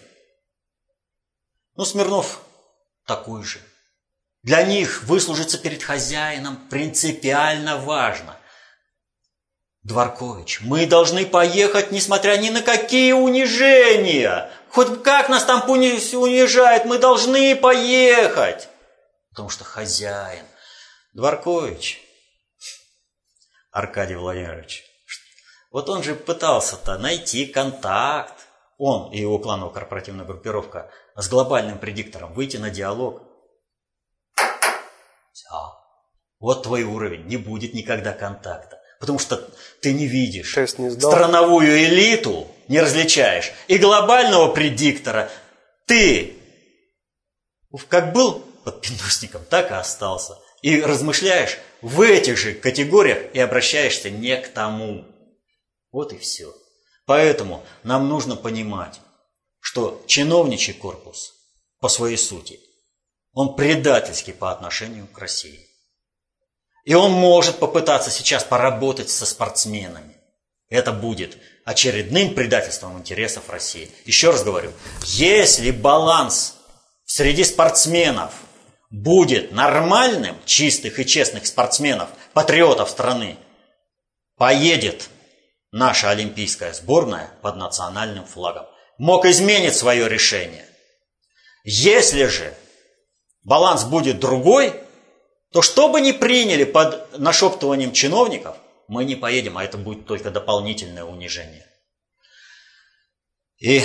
S2: Но Смирнов такой же. Для них выслужиться перед хозяином принципиально важно. Дворкович, мы должны поехать, несмотря ни на какие унижения. Хоть как нас там унижают, мы должны поехать. Потому что хозяин. Дворкович, Аркадий Владимирович, вот он же пытался-то найти контакт. Он и его кланово-корпоративная группировка с глобальным предиктором, выйти на диалог. Все. Вот твой уровень, не будет никогда контакта. Потому что ты не видишь страновую элиту, не различаешь, и глобального предиктора. Ты как был подпиндосником, так и остался. И размышляешь в этих же категориях и обращаешься не к тому. Вот и все. Поэтому нам нужно понимать, что чиновничий корпус по своей сути, он предательский по отношению к России. И он может попытаться сейчас поработать со спортсменами. Это будет очередным предательством интересов России. Еще раз говорю, если баланс среди спортсменов будет нормальным, чистых и честных спортсменов, патриотов страны, поедет наша олимпийская сборная под национальным флагом. МОК изменит свое решение. Если же баланс будет другой, то что бы ни приняли под нашептыванием чиновников, мы не поедем, а это будет только дополнительное унижение. И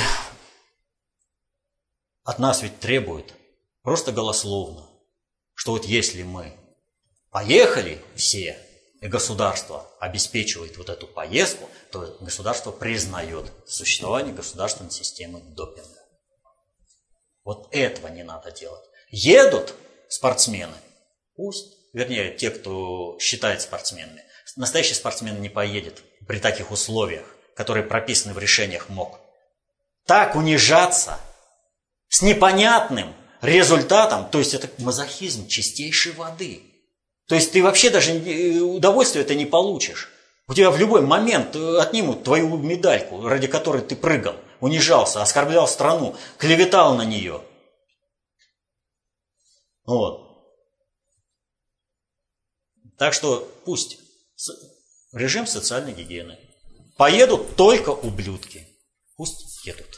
S2: от нас ведь требуют просто голословно, что вот если мы поехали все, и государство обеспечивает вот эту поездку, то государство признает существование государственной системы допинга. Вот этого не надо делать. Едут спортсмены, пусть, вернее, те, кто считает спортсменами. Настоящий спортсмен не поедет при таких условиях, которые прописаны в решениях МОК. Так унижаться с непонятным результатом, то есть это мазохизм чистейшей воды. То есть ты вообще даже удовольствия это не получишь. У тебя в любой момент отнимут твою медальку, ради которой ты прыгал, унижался, оскорблял страну, клеветал на нее. Вот. Так что пусть режим социальной гигиены. Поедут только ублюдки. Пусть едут.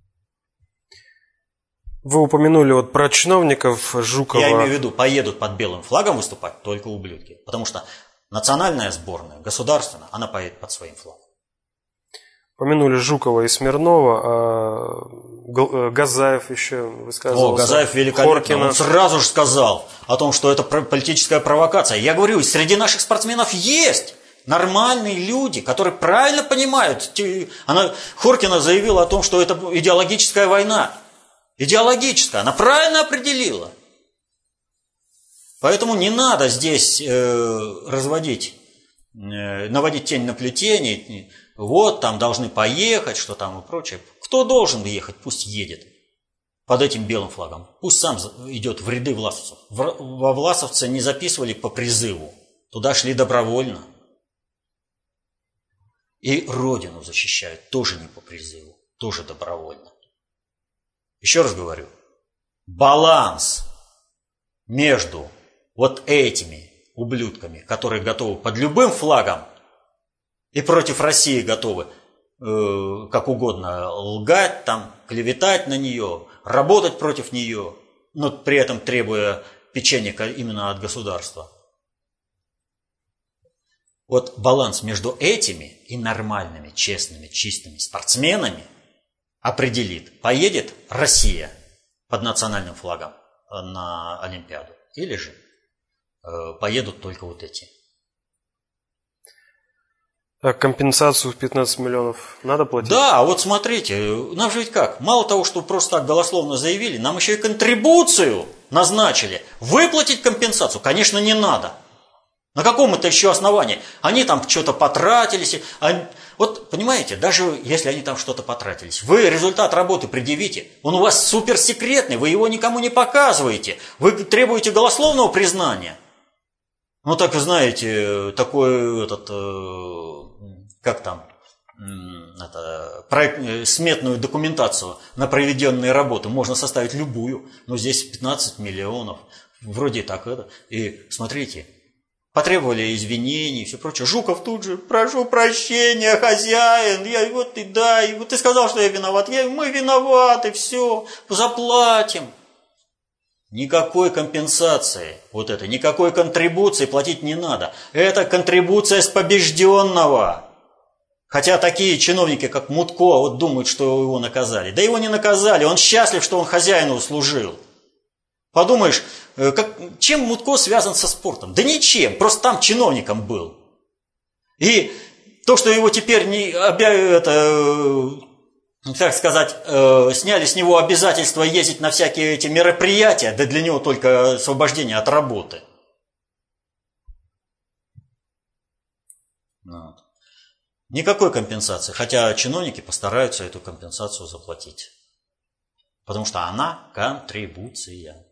S1: Вы упомянули вот про чиновников Жукова.
S2: Я имею в виду, поедут под белым флагом выступать только ублюдки. Потому что национальная сборная, государственная, она поедет под своим флагом.
S1: Упомянули Жукова и Смирнова, Газаев еще высказывался.
S2: О, Газаев великолепно. Хоркина. Он сразу же сказал о том, что это политическая провокация. Я говорю, среди наших спортсменов есть нормальные люди, которые правильно понимают. Хоркина заявила о том, что это идеологическая война. Идеологическая, она правильно определила. Поэтому не надо здесь наводить тень на плетение. Вот, там должны поехать, что там и прочее. Кто должен ехать, пусть едет под этим белым флагом. Пусть сам идет в ряды власовцев. Во власовцы не записывали по призыву. Туда шли добровольно. И родину защищают тоже не по призыву, тоже добровольно. Еще раз говорю, баланс между вот этими ублюдками, которые готовы под любым флагом и против России готовы как угодно лгать, там, клеветать на нее, работать против нее, но при этом требуя печенья именно от государства. Вот баланс между этими и нормальными, честными, чистыми спортсменами определит, поедет Россия под национальным флагом на Олимпиаду или же поедут только вот эти.
S1: А компенсацию в 15 миллионов надо платить?
S2: Да, вот смотрите, нам же ведь как, мало того, что просто так голословно заявили, нам еще и контрибуцию назначили. Выплатить компенсацию, конечно, не надо. На каком это еще основании? Они там что-то потратились. Вот, понимаете, даже если они там что-то потратились, вы результат работы предъявите. Он у вас суперсекретный, вы его никому не показываете. Вы требуете голословного признания. Ну, так вы знаете, такой сметную документацию на проведенные работы можно составить любую. Но здесь 15 миллионов. Вроде так это. И смотрите. Потребовали извинений и все прочее. Жуков тут же: прошу прощения, хозяин, ты сказал, что я виноват. Мы виноваты, все, заплатим. Никакой компенсации, никакой контрибуции платить не надо. Это контрибуция с побежденного. Хотя такие чиновники, как Мутко, думают, что его наказали. Да его не наказали, он счастлив, что он хозяину служил. Подумаешь, чем Мутко связан со спортом? Да ничем, просто там чиновником был. И то, что его теперь сняли с него обязательства ездить на всякие эти мероприятия, да для него только освобождение от работы. Вот. Никакой компенсации, хотя чиновники постараются эту компенсацию заплатить. Потому что она контрибуция.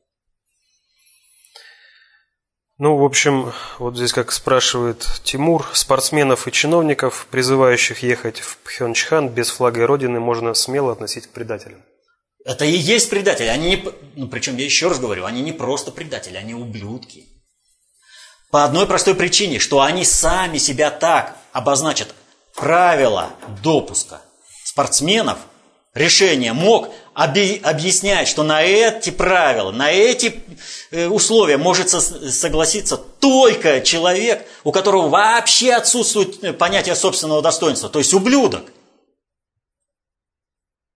S1: Ну, в общем, вот здесь, как спрашивает Тимур, спортсменов и чиновников, призывающих ехать в Пхенчхан без флага и родины, можно смело относить к предателям.
S2: Это и есть предатели. Причем я еще раз говорю, они не просто предатели, они ублюдки. По одной простой причине, что они сами себя так обозначат. Правила допуска спортсменов, решение МОК объясняет, что на эти правила, на эти условия может согласиться только человек, у которого вообще отсутствует понятие собственного достоинства, то есть ублюдок.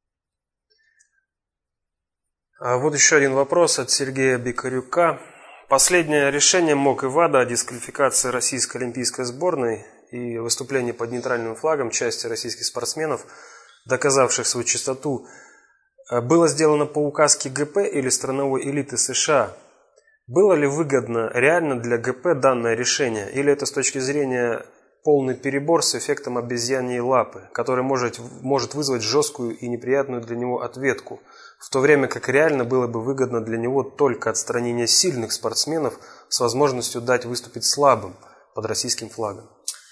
S1: А вот еще один вопрос от Сергея Бекарюка. Последнее решение МОК и ВАДА о дисквалификации российской олимпийской сборной и выступлении под нейтральным флагом части российских спортсменов, доказавших свою чистоту, было сделано по указке ГП или страновой элиты США. Было ли выгодно реально для ГП данное решение, или это с точки зрения полный перебор с эффектом обезьяньей лапы, который может вызвать жесткую и неприятную для него ответку, в то время как реально было бы выгодно для него только отстранение сильных спортсменов с возможностью дать выступить слабым под российским флагом?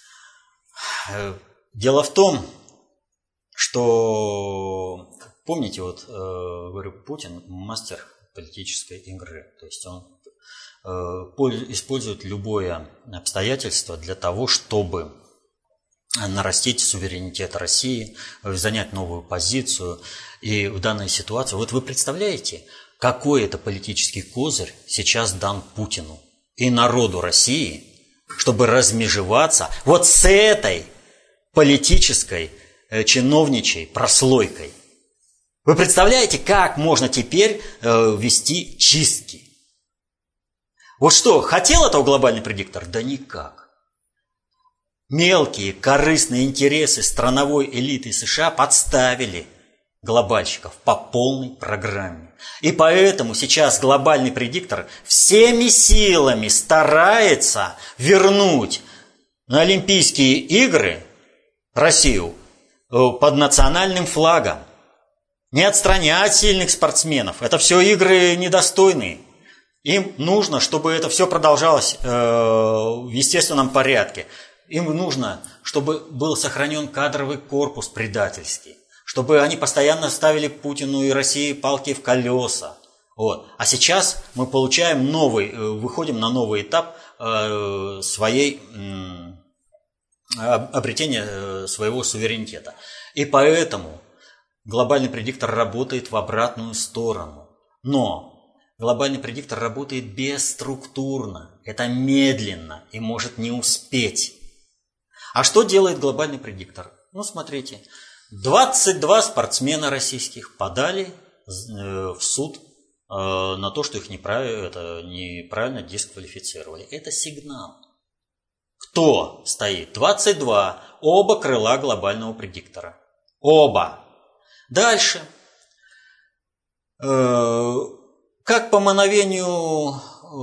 S2: Дело в том, что, помните, вот говорю, Путин мастер политической игры, то есть он использует любое обстоятельство для того, чтобы нарастить суверенитет России, занять новую позицию. И в данной ситуации, вот вы представляете, какой это политический козырь сейчас дан Путину и народу России, чтобы размежеваться вот с этой политической, чиновничьей прослойкой. Вы представляете, как можно теперь вести чистки? Вот что, хотел этого глобальный предиктор? Да никак. Мелкие корыстные интересы страновой элиты США подставили глобальщиков по полной программе. И поэтому сейчас глобальный предиктор всеми силами старается вернуть на Олимпийские игры Россию под национальным флагом. Не отстранять сильных спортсменов. Это все игры недостойные. Им нужно, чтобы это все продолжалось в естественном порядке. Им нужно, чтобы был сохранен кадровый корпус предательский, чтобы они постоянно ставили Путину и России палки в колеса. Вот. А сейчас мы получаем выходим на новый этап обретения своего суверенитета. И поэтому глобальный предиктор работает в обратную сторону. Но глобальный предиктор работает бесструктурно, это медленно и может не успеть. А что делает глобальный предиктор? Ну, смотрите, 22 спортсмена российских подали в суд на то, что их неправильно дисквалифицировали. Это сигнал. Кто стоит? 22. Оба крыла глобального предиктора. Оба. Дальше. Как по мановению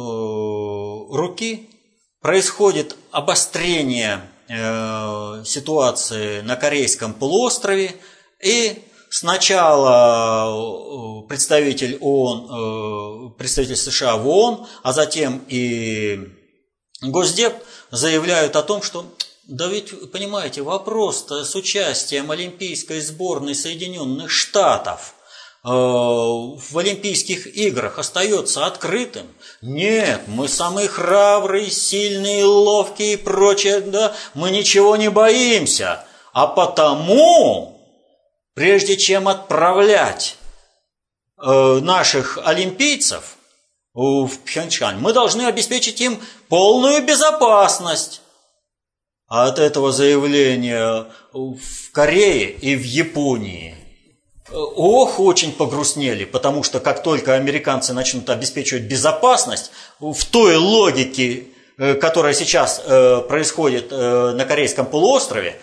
S2: руки происходит обострение ситуации на Корейском полуострове, и сначала представитель США в ООН, а затем и Госдеп заявляют о том, что да ведь, понимаете, вопрос-то с участием олимпийской сборной Соединенных Штатов в Олимпийских играх остается открытым. Нет, мы самые храбрые, сильные, ловкие и прочее, да, мы ничего не боимся. А потому, прежде чем отправлять наших олимпийцев в Пхенчхан, мы должны обеспечить им полную безопасность. А от этого заявления в Корее и в Японии очень погрустнели, потому что как только американцы начнут обеспечивать безопасность в той логике, которая сейчас происходит на Корейском полуострове,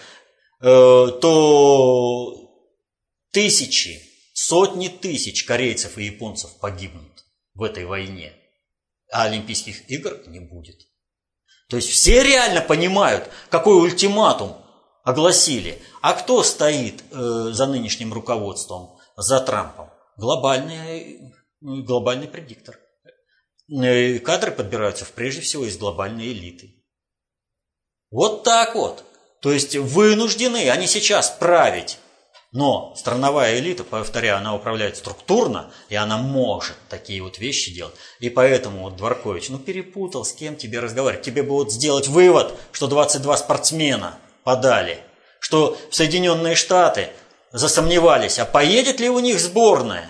S2: то тысячи, сотни тысяч корейцев и японцев погибнут в этой войне, а Олимпийских игр не будет. То есть все реально понимают, какой ультиматум огласили. А кто стоит за нынешним руководством, за Трампом? Глобальный предиктор. Кадры подбираются прежде всего из глобальной элиты. Вот так вот. То есть вынуждены они сейчас править. Но страновая элита, повторяю, она управляет структурно, и она может такие вот вещи делать. И поэтому вот Дворкович, перепутал, с кем тебе разговаривать. Тебе бы вот сделать вывод, что 22 спортсмена подали, что Соединенные Штаты засомневались, а поедет ли у них сборная.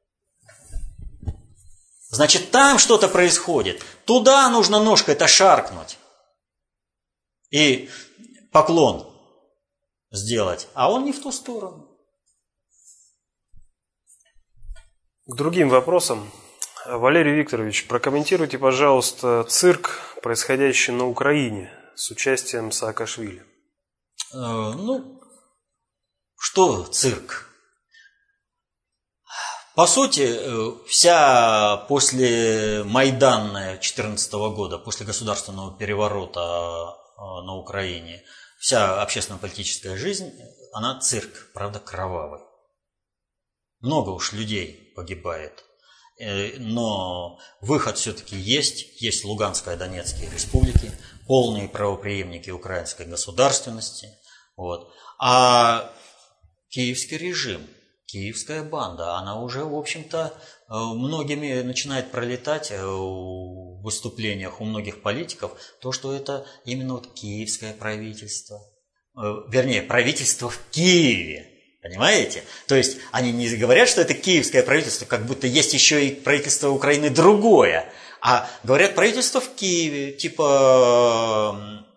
S2: Значит, там что-то происходит. Туда нужно ножкой-то шаркнуть. И поклон сделать. А он не в ту сторону.
S1: К другим вопросам. Валерий Викторович, прокомментируйте, пожалуйста, цирк, происходящий на Украине с участием Саакашвили.
S2: Что цирк? По сути, вся после Майданная 2014 года, после государственного переворота на Украине, вся общественно-политическая жизнь, она цирк, правда, кровавый. Много уж людей погибает. Но выход все-таки есть Луганская, Донецкая республики, полные правопреемники украинской государственности. Вот. А киевский режим, киевская банда, она уже, в общем-то, многими начинает пролетать в выступлениях у многих политиков, то, что это именно вот киевское правительство, вернее, правительство в Киеве. Понимаете? То есть они не говорят, что это киевское правительство, как будто есть еще и правительство Украины другое, а говорят правительство в Киеве, типа,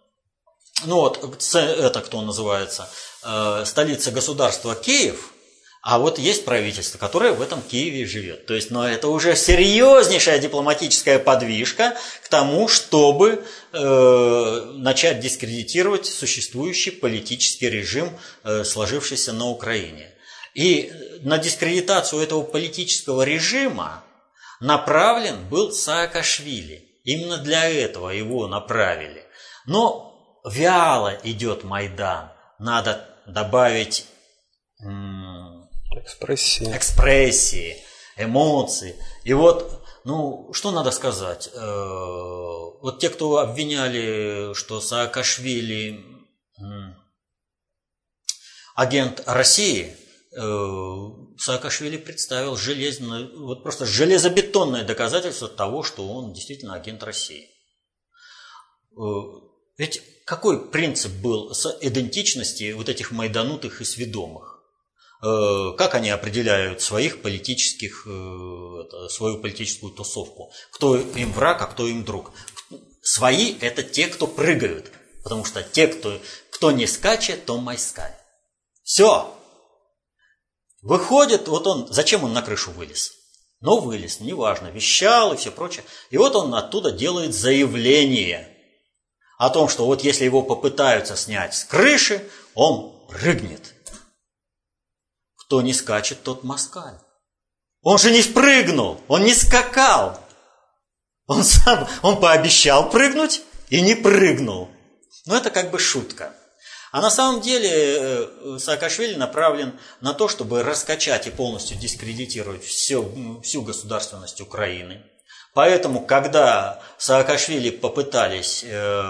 S2: это кто называется, столица государства Киев, а вот есть правительство, которое в этом Киеве живет. То есть, это уже серьезнейшая дипломатическая подвижка к тому, чтобы начать дискредитировать существующий политический режим, сложившийся на Украине. И на дискредитацию этого политического режима направлен был Саакашвили. Именно для этого его направили. Но вяло идет Майдан. Надо добавить экспрессии, эмоций. И вот, что надо сказать? Вот те, кто обвиняли, что Саакашвили агент России, Саакашвили представил просто железобетонное доказательство того, что он действительно агент России. Ведь какой принцип был с идентичности вот этих майданутых и сведомых? Как они определяют свою политическую тусовку? Кто им враг, а кто им друг? Свои – это те, кто прыгают. Потому что те, кто не скачет, то майская. Все. Выходит, зачем он на крышу вылез? Вылез, неважно, вещал и все прочее. И вот он оттуда делает заявление о том, что вот если его попытаются снять с крыши, он прыгнет. Кто не скачет, тот москаль. Он же не спрыгнул, он не скакал. Он пообещал прыгнуть и не прыгнул. Это как бы шутка. А на самом деле Саакашвили направлен на то, чтобы раскачать и полностью дискредитировать всю государственность Украины. Поэтому, когда Саакашвили попытались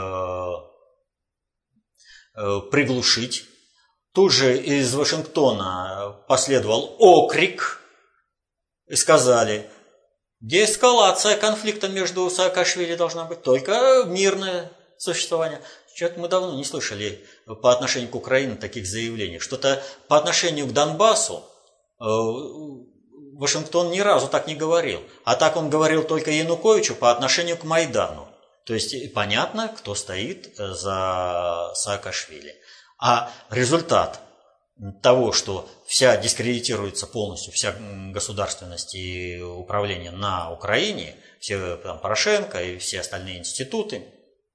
S2: приглушить, тут же из Вашингтона последовал окрик и сказали: деэскалация конфликта между Саакашвили должна быть, только мирное существование. Что-то мы давно не слышали по отношению к Украине таких заявлений. Что-то по отношению к Донбассу Вашингтон ни разу так не говорил. А так он говорил только Януковичу по отношению к Майдану. То есть понятно, кто стоит за Саакашвили. А результат того, что дискредитируется полностью вся государственность и управление на Украине, все Порошенко и все остальные институты,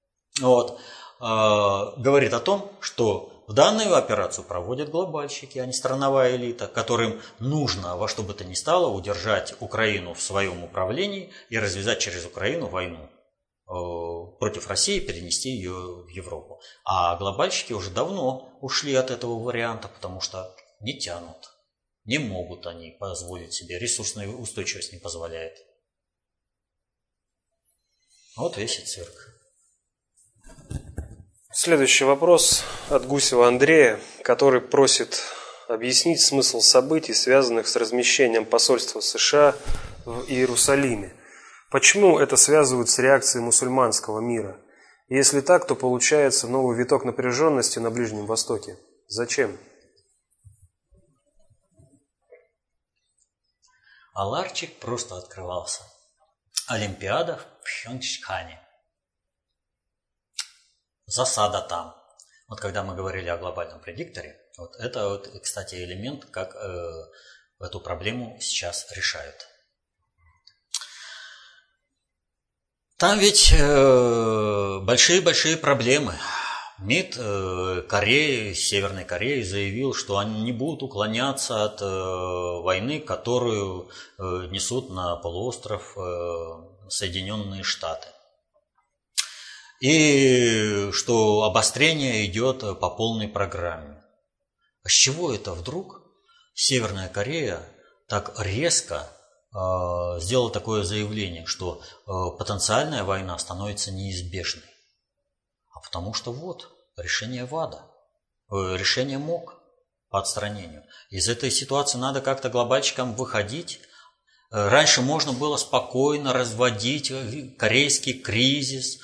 S2: говорит о том, что в данную операцию проводят глобальщики, а не страновая элита, которым нужно во что бы то ни стало удержать Украину в своем управлении и развязать через Украину войну против России, перенести ее в Европу. А глобальщики уже давно ушли от этого варианта, потому что не тянут, не могут они позволить себе, ресурсная устойчивость не позволяет. Вот весь и цирк.
S1: Следующий вопрос от Гусева Андрея, который просит объяснить смысл событий, связанных с размещением посольства США в Иерусалиме. Почему это связывают с реакцией мусульманского мира? Если так, то получается новый виток напряженности на Ближнем Востоке. Зачем?
S2: А ларчик просто открывался. Олимпиада в Пхёнгчхане. Засада там. Вот когда мы говорили о глобальном предикторе, это, кстати, элемент, как эту проблему сейчас решают. Там ведь большие-большие проблемы. МИД Кореи, Северной Кореи заявил, что они не будут уклоняться от войны, которую несут на полуостров Соединенные Штаты. И что обострение идет по полной программе. А с чего это вдруг Северная Корея так резко сделала такое заявление, что потенциальная война становится неизбежной? А потому что вот решение ВАДА, решение МОК по отстранению. Из этой ситуации надо как-то глобальщикам выходить. Раньше можно было спокойно разводить корейский кризис,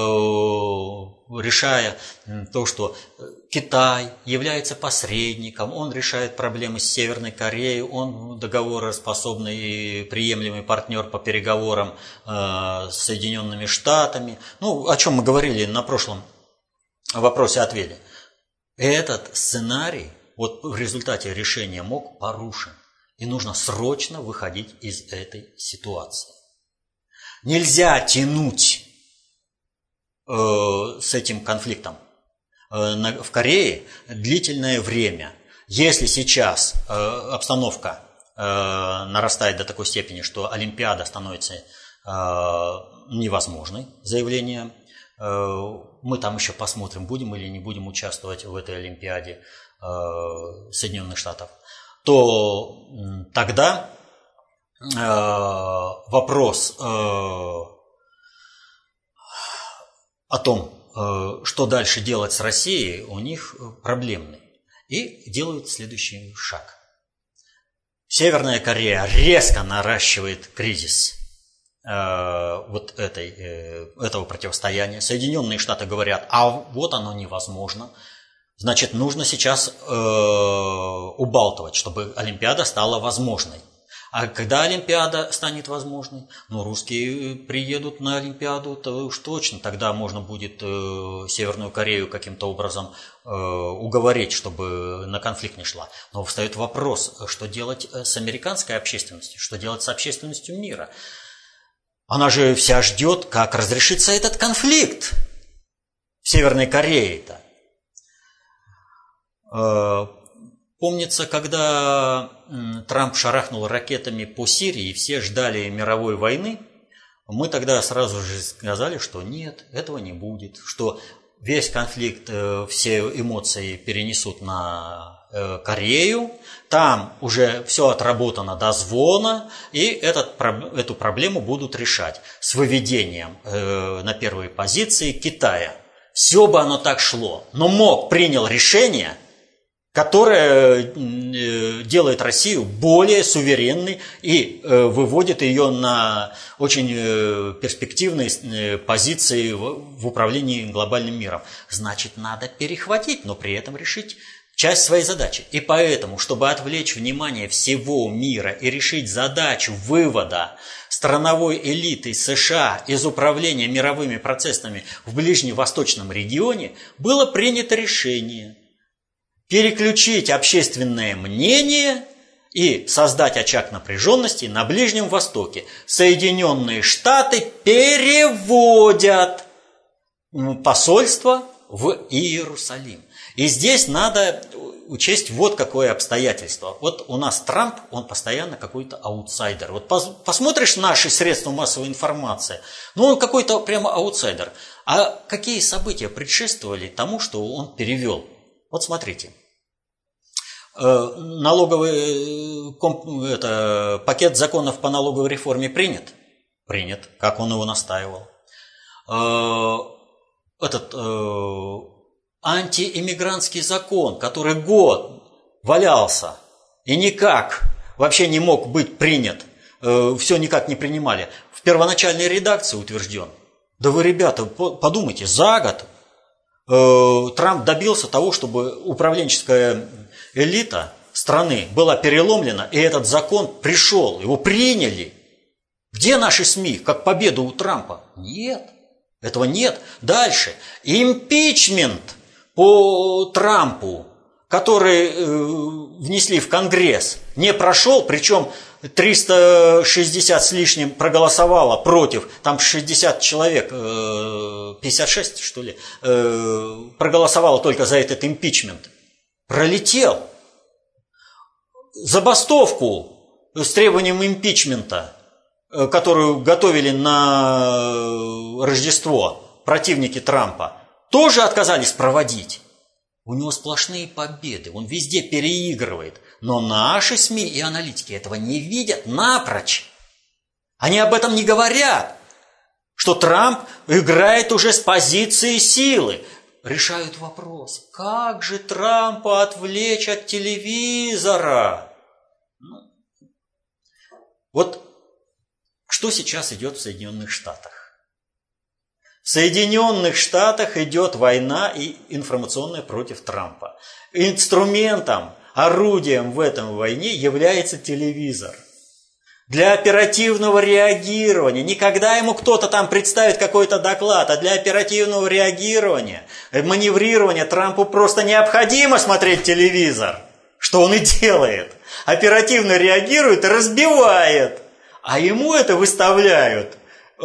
S2: решая то, что Китай является посредником, он решает проблемы с Северной Кореей, он договороспособный и приемлемый партнер по переговорам с Соединенными Штатами. Ну, о чем мы говорили на прошлом вопросе-ответе. Этот сценарий вот в результате решения МОК порушен. И нужно срочно выходить из этой ситуации. Нельзя тянуть с этим конфликтом в Корее длительное время. Если сейчас обстановка нарастает до такой степени, что Олимпиада становится невозможной, заявление, мы там еще посмотрим, будем или не будем участвовать в этой Олимпиаде Соединенных Штатов, то тогда вопрос о том, что дальше делать с Россией, у них проблемный. И делают следующий шаг. Северная Корея резко наращивает кризис вот этого противостояния. Соединенные Штаты говорят, а вот оно невозможно. Значит, нужно сейчас убалтывать, чтобы Олимпиада стала возможной. А когда Олимпиада станет возможной, русские приедут на Олимпиаду, то уж точно тогда можно будет Северную Корею каким-то образом уговорить, чтобы на конфликт не шла. Но встает вопрос, что делать с американской общественностью, что делать с общественностью мира. Она же вся ждет, как разрешится этот конфликт в Северной Корее-то. Помнится, когда Трамп шарахнул ракетами по Сирии, и все ждали мировой войны, мы тогда сразу же сказали, что нет, этого не будет, что весь конфликт, все эмоции перенесут на Корею, там уже все отработано до звона, и эту проблему будут решать с выведением на первые позиции Китая. Все бы оно так шло, но МОК принял решение, которая делает Россию более суверенной и выводит ее на очень перспективные позиции в управлении глобальным миром. Значит, надо перехватить, но при этом решить часть своей задачи. И поэтому, чтобы отвлечь внимание всего мира и решить задачу вывода страновой элиты США из управления мировыми процессами в ближневосточном регионе, было принято решение переключить общественное мнение и создать очаг напряженности на Ближнем Востоке. Соединенные Штаты переводят посольство в Иерусалим. И здесь надо учесть вот какое обстоятельство. Вот у нас Трамп, он постоянно какой-то аутсайдер. Вот посмотришь наши средства массовой информации, он какой-то прямо аутсайдер. А какие события предшествовали тому, что он перевел? Вот смотрите, пакет законов по налоговой реформе принят? Принят, как он его настаивал. Антииммигрантский закон, который год валялся и никак вообще не мог быть принят, все никак не принимали, в первоначальной редакции утвержден. Да вы, ребята, подумайте, за год Трамп добился того, чтобы управленческая элита страны была переломлена, и этот закон пришел, его приняли. Где наши СМИ, как победу у Трампа? Нет, этого нет. Дальше. Импичмент по Трампу, который внесли в Конгресс, не прошел, причем 360 с лишним проголосовало против, там 60 человек, 56 что ли, проголосовало только за этот импичмент. Пролетел. Забастовку с требованием импичмента, которую готовили на Рождество противники Трампа, тоже отказались проводить. У него сплошные победы, он везде переигрывает. Но наши СМИ и аналитики этого не видят напрочь. Они об этом не говорят, что Трамп играет уже с позиции силы. Решают вопрос, как же Трампа отвлечь от телевизора? Вот что сейчас идет в Соединенных Штатах? В Соединенных Штатах идет война и информационная против Трампа. Инструментом, орудием в этом войне является телевизор. Для оперативного реагирования, не когда ему кто-то там представит какой-то доклад, а для оперативного реагирования, маневрирования Трампу просто необходимо смотреть телевизор, что он и делает. Оперативно реагирует и разбивает, а ему это выставляют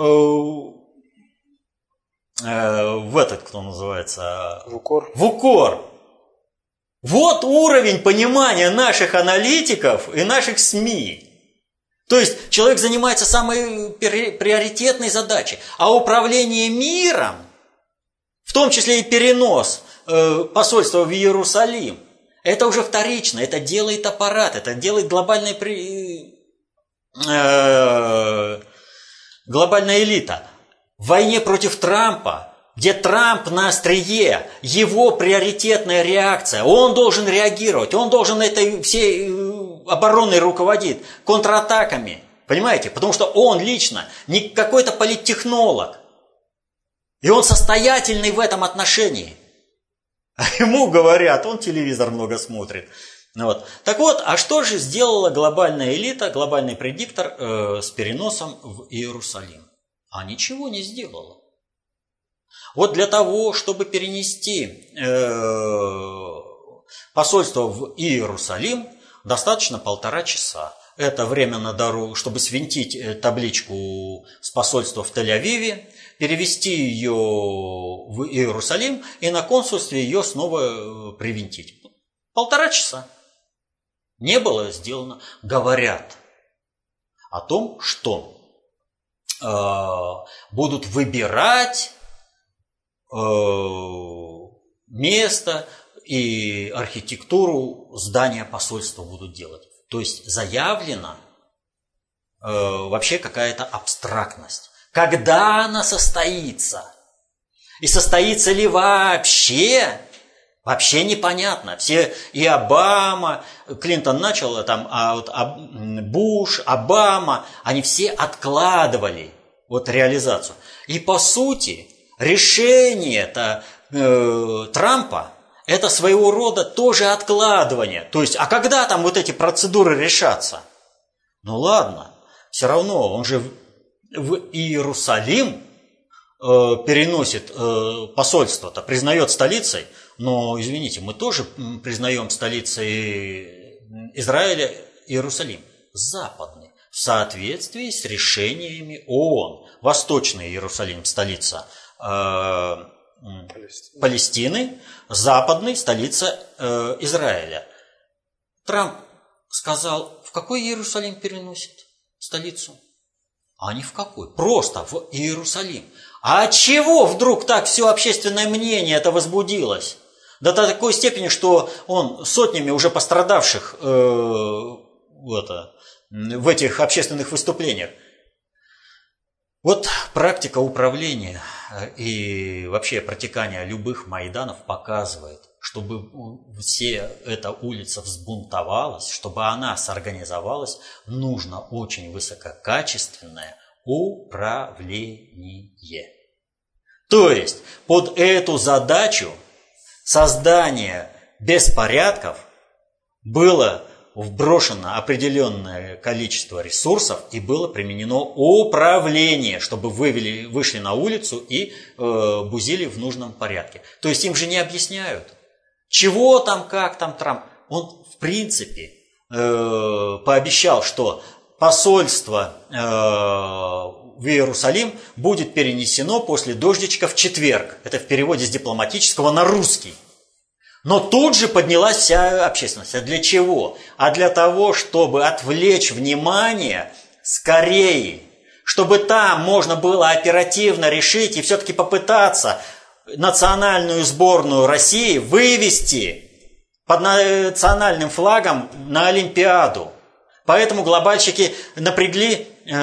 S2: в этот, кто называется?
S1: В укор.
S2: В укор. Вот уровень понимания наших аналитиков и наших СМИ. То есть человек занимается самой приоритетной задачей, а управление миром, в том числе и перенос посольства в Иерусалим, это уже вторично, это делает аппарат, это делает глобальная элита. В войне против Трампа, где Трамп на острие, его приоритетная реакция, он должен реагировать, он должен этой всей обороной руководить, контратаками, понимаете? Потому что он лично не какой-то политтехнолог, и он состоятельный в этом отношении. А ему говорят, он телевизор много смотрит. Вот. Так вот, а что же сделала глобальная элита, глобальный предиктор с переносом в Иерусалим? А ничего не сделала. Вот для того, чтобы перенести посольство в Иерусалим, достаточно 1,5 часа. Это время на дорогу, чтобы свинтить табличку с посольства в Тель-Авиве, перевести ее в Иерусалим и на консульстве ее снова привинтить. 1,5 часа. Не было сделано. Говорят о том, что будут выбирать место и архитектуру здания посольства будут делать. То есть заявлена вообще какая-то абстрактность. Когда она состоится? И состоится ли вообще? Вообще непонятно. Все и Обама, Клинтон начал там, а вот Буш, Обама, они все откладывали вот реализацию. И по сути решение-то Трампа это своего рода тоже откладывание. То есть, а когда там вот эти процедуры решатся? Ну ладно, все равно он же в Иерусалим переносит посольство-то, признает столицей. Но, извините, мы тоже признаем столицей Израиля Иерусалим, западный, в соответствии с решениями ООН. Восточный Иерусалим, столица Палестины, западный, столица Израиля. Трамп сказал, в какой Иерусалим переносит столицу? А не в какой, просто в Иерусалим. А от чего вдруг так все общественное мнение это возбудилось? До такой степени, что он сотнями уже пострадавших в этих общественных выступлениях. Вот практика управления и вообще протекания любых майданов показывает, чтобы все эта улица взбунтовалась, чтобы она сорганизовалась, нужно очень высококачественное управление. То есть под эту задачу создания беспорядков было вброшено определенное количество ресурсов и было применено управление, чтобы вышли на улицу и бузили в нужном порядке. То есть им же не объясняют, чего там, как там Трамп. Он в принципе пообещал, что посольство в Иерусалим будет перенесено после дождичка в четверг. Это в переводе с дипломатического на русский. Но тут же поднялась вся общественность. А для чего? А для того, чтобы отвлечь внимание с Кореи, чтобы там можно было оперативно решить и все-таки попытаться национальную сборную России вывести под национальным флагом на Олимпиаду. Поэтому глобальщики напрягли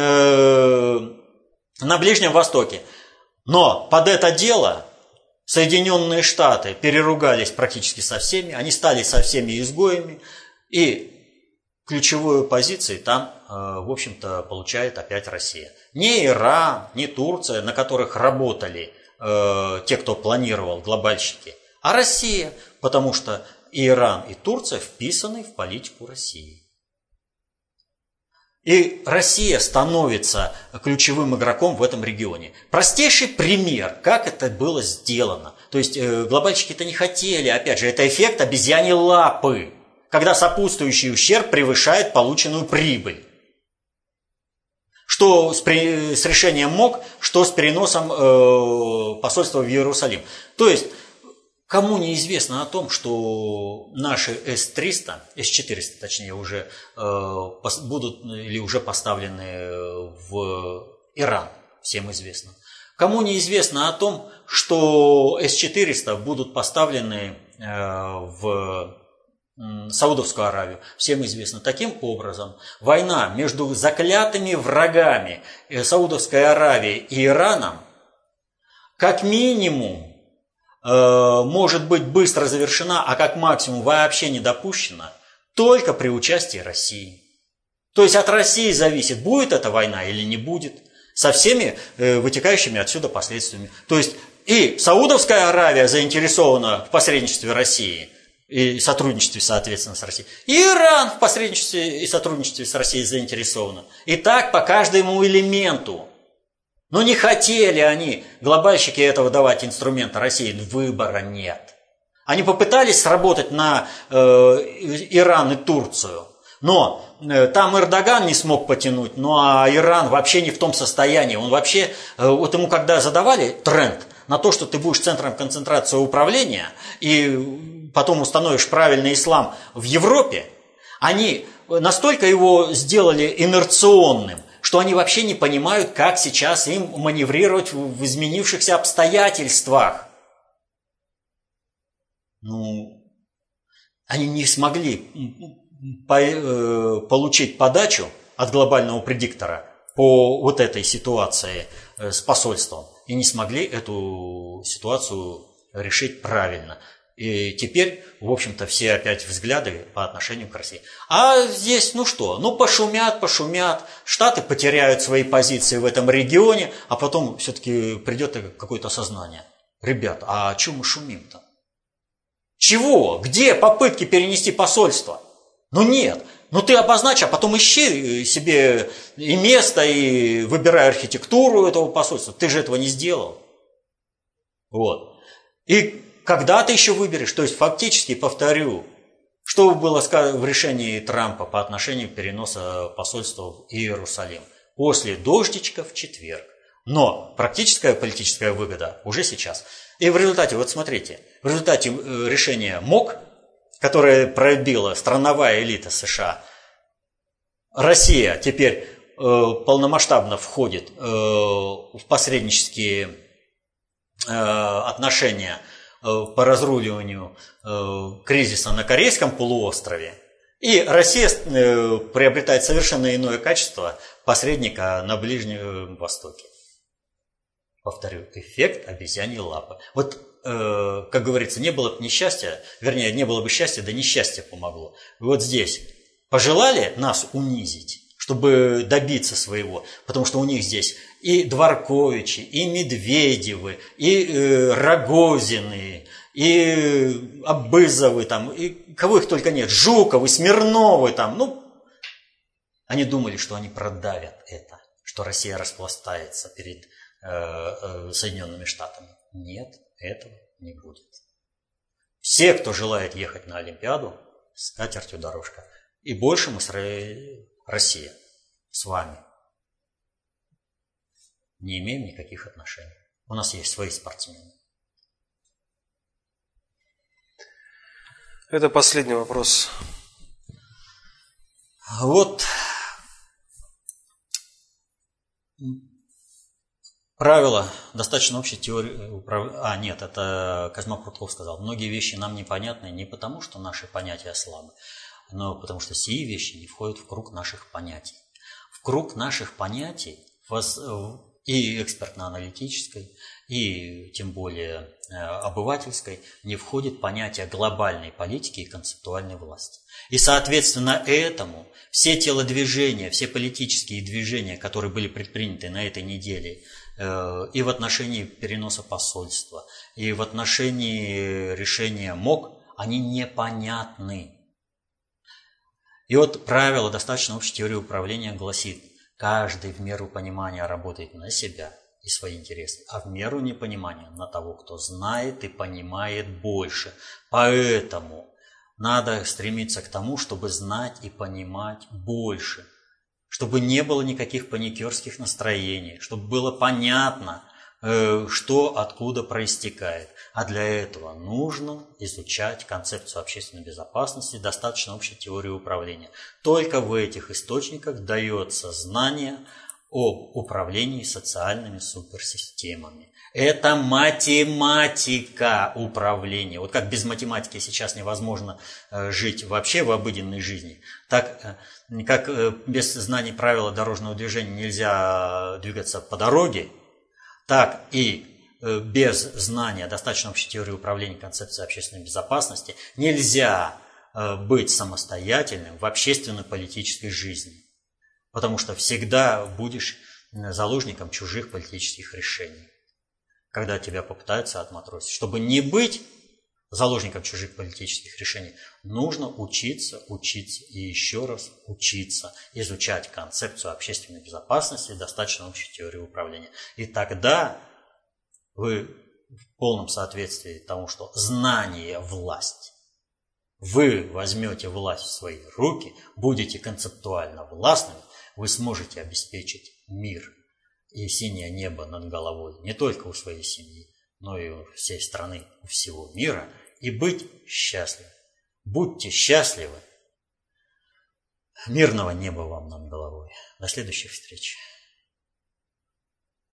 S2: на Ближнем Востоке. Но под это дело Соединенные Штаты переругались практически со всеми, они стали со всеми изгоями, и ключевую позицию там, в общем-то, получает опять Россия. Не Иран, не Турция, на которых работали те, кто планировал, глобальщики, а Россия, потому что и Иран, и Турция вписаны в политику России. И Россия становится ключевым игроком в этом регионе. Простейший пример, как это было сделано. То есть глобальщики-то не хотели, опять же, это эффект обезьяньей лапы, когда сопутствующий ущерб превышает полученную прибыль. Что с решением МОК, что с переносом посольства в Иерусалим. То есть, кому неизвестно о том, что наши С-300, С-400 точнее, уже будут или уже поставлены в Иран, всем известно. Кому неизвестно о том, что С-400 будут поставлены в Саудовскую Аравию, всем известно. Таким образом, война между заклятыми врагами Саудовской Аравии и Ираном как минимум может быть быстро завершена, а как максимум вообще не допущена только при участии России. То есть от России зависит, будет эта война или не будет, со всеми вытекающими отсюда последствиями. То есть и Саудовская Аравия заинтересована в посредничестве России и сотрудничестве, соответственно, с Россией. И Иран в посредничестве и сотрудничестве с Россией заинтересован. И так по каждому элементу. Но не хотели они, глобальщики, этого давать инструмента России. Выбора нет. Они попытались сработать на Иран и Турцию. Но там Эрдоган не смог потянуть, ну а Иран вообще не в том состоянии. Он вообще, вот ему когда задавали тренд на то, что ты будешь центром концентрации управления и потом установишь правильный ислам в Европе, они настолько его сделали инерционным, что они вообще не понимают, как сейчас им маневрировать в изменившихся обстоятельствах. Ну, они не смогли получить подачу от глобального предиктора по вот этой ситуации с посольством и не смогли эту ситуацию решить правильно. И теперь, в общем-то, все опять взгляды по отношению к России. А здесь, ну что, ну пошумят, Штаты потеряют свои позиции в этом регионе, а потом все-таки придет какое-то осознание. Ребят, а о чем мы шумим-то? Чего? Где попытки перенести посольство? Ну нет. Ну ты обозначь, а потом ищи себе и место, и выбирай архитектуру этого посольства. Ты же этого не сделал. Вот. И когда ты еще выберешь? То есть фактически, повторю, что было сказано в решении Трампа по отношению к переносу посольства в Иерусалим. После дождичка в четверг. Но практическая политическая выгода уже сейчас. И в результате, вот смотрите, в результате решения МОК, которое пробила страновая элита США, Россия теперь полномасштабно входит в посреднические отношения по разруливанию кризиса на Корейском полуострове. И Россия приобретает совершенно иное качество посредника на Ближнем Востоке. Повторю, эффект обезьяньей лапы. Вот, как говорится, не было бы несчастья, вернее, не было бы счастья, да несчастье помогло. И вот здесь пожелали нас унизить, чтобы добиться своего, потому что у них здесь и Дворковичи, и Медведевы, и Рогозины, и Абызовы, там, и кого их только нет, Жуковы, Смирновы, там, ну, они думали, что они продавят это, что Россия распластается перед Соединенными Штатами. Нет, этого не будет. Все, кто желает ехать на Олимпиаду, с катертью дорожка. И больше мы Россия. с вами не имеем никаких отношений. У нас есть свои спортсмены.
S1: Это последний вопрос.
S2: Вот правило достаточно общей теории управления. Нет, это Козьма Прутков сказал. Многие вещи нам непонятны не потому, что наши понятия слабы, но потому что сии вещи не входят в круг наших понятий. В круг наших понятий и экспертно-аналитической, и тем более обывательской не входит понятие глобальной политики и концептуальной власти. И соответственно этому все телодвижения, все политические движения, которые были предприняты на этой неделе и в отношении переноса посольства, и в отношении решения МОК, они непонятны. И вот правило достаточно общей теории управления гласит: каждый в меру понимания работает на себя и свои интересы, а в меру непонимания на того, кто знает и понимает больше. Поэтому надо стремиться к тому, чтобы знать и понимать больше, чтобы не было никаких паникерских настроений, чтобы было понятно, что откуда проистекает. А для этого нужно изучать концепцию общественной безопасности, достаточно общей теории управления. Только в этих источниках дается знание об управлении социальными суперсистемами. Это математика управления. Вот как без математики сейчас невозможно жить вообще в обыденной жизни, так как без знаний правила дорожного движения нельзя двигаться по дороге, так и без знания достаточно общей теории управления, концепции общественной безопасности нельзя быть самостоятельным в общественно-политической жизни, потому что всегда будешь заложником чужих политических решений, когда тебя попытаются отматросить. Чтобы не быть заложником чужих политических решений, нужно учиться и еще раз учиться, изучать концепцию общественной безопасности, достаточно общей теории управления. И тогда вы в полном соответствии тому, что знание – власть. Вы возьмете власть в свои руки, будете концептуально властными, вы сможете обеспечить мир и синее небо над головой не только у своей семьи, но и у всей страны, у всего мира, и быть счастливым. Будьте счастливы. Мирного неба вам над головой. До следующих встреч.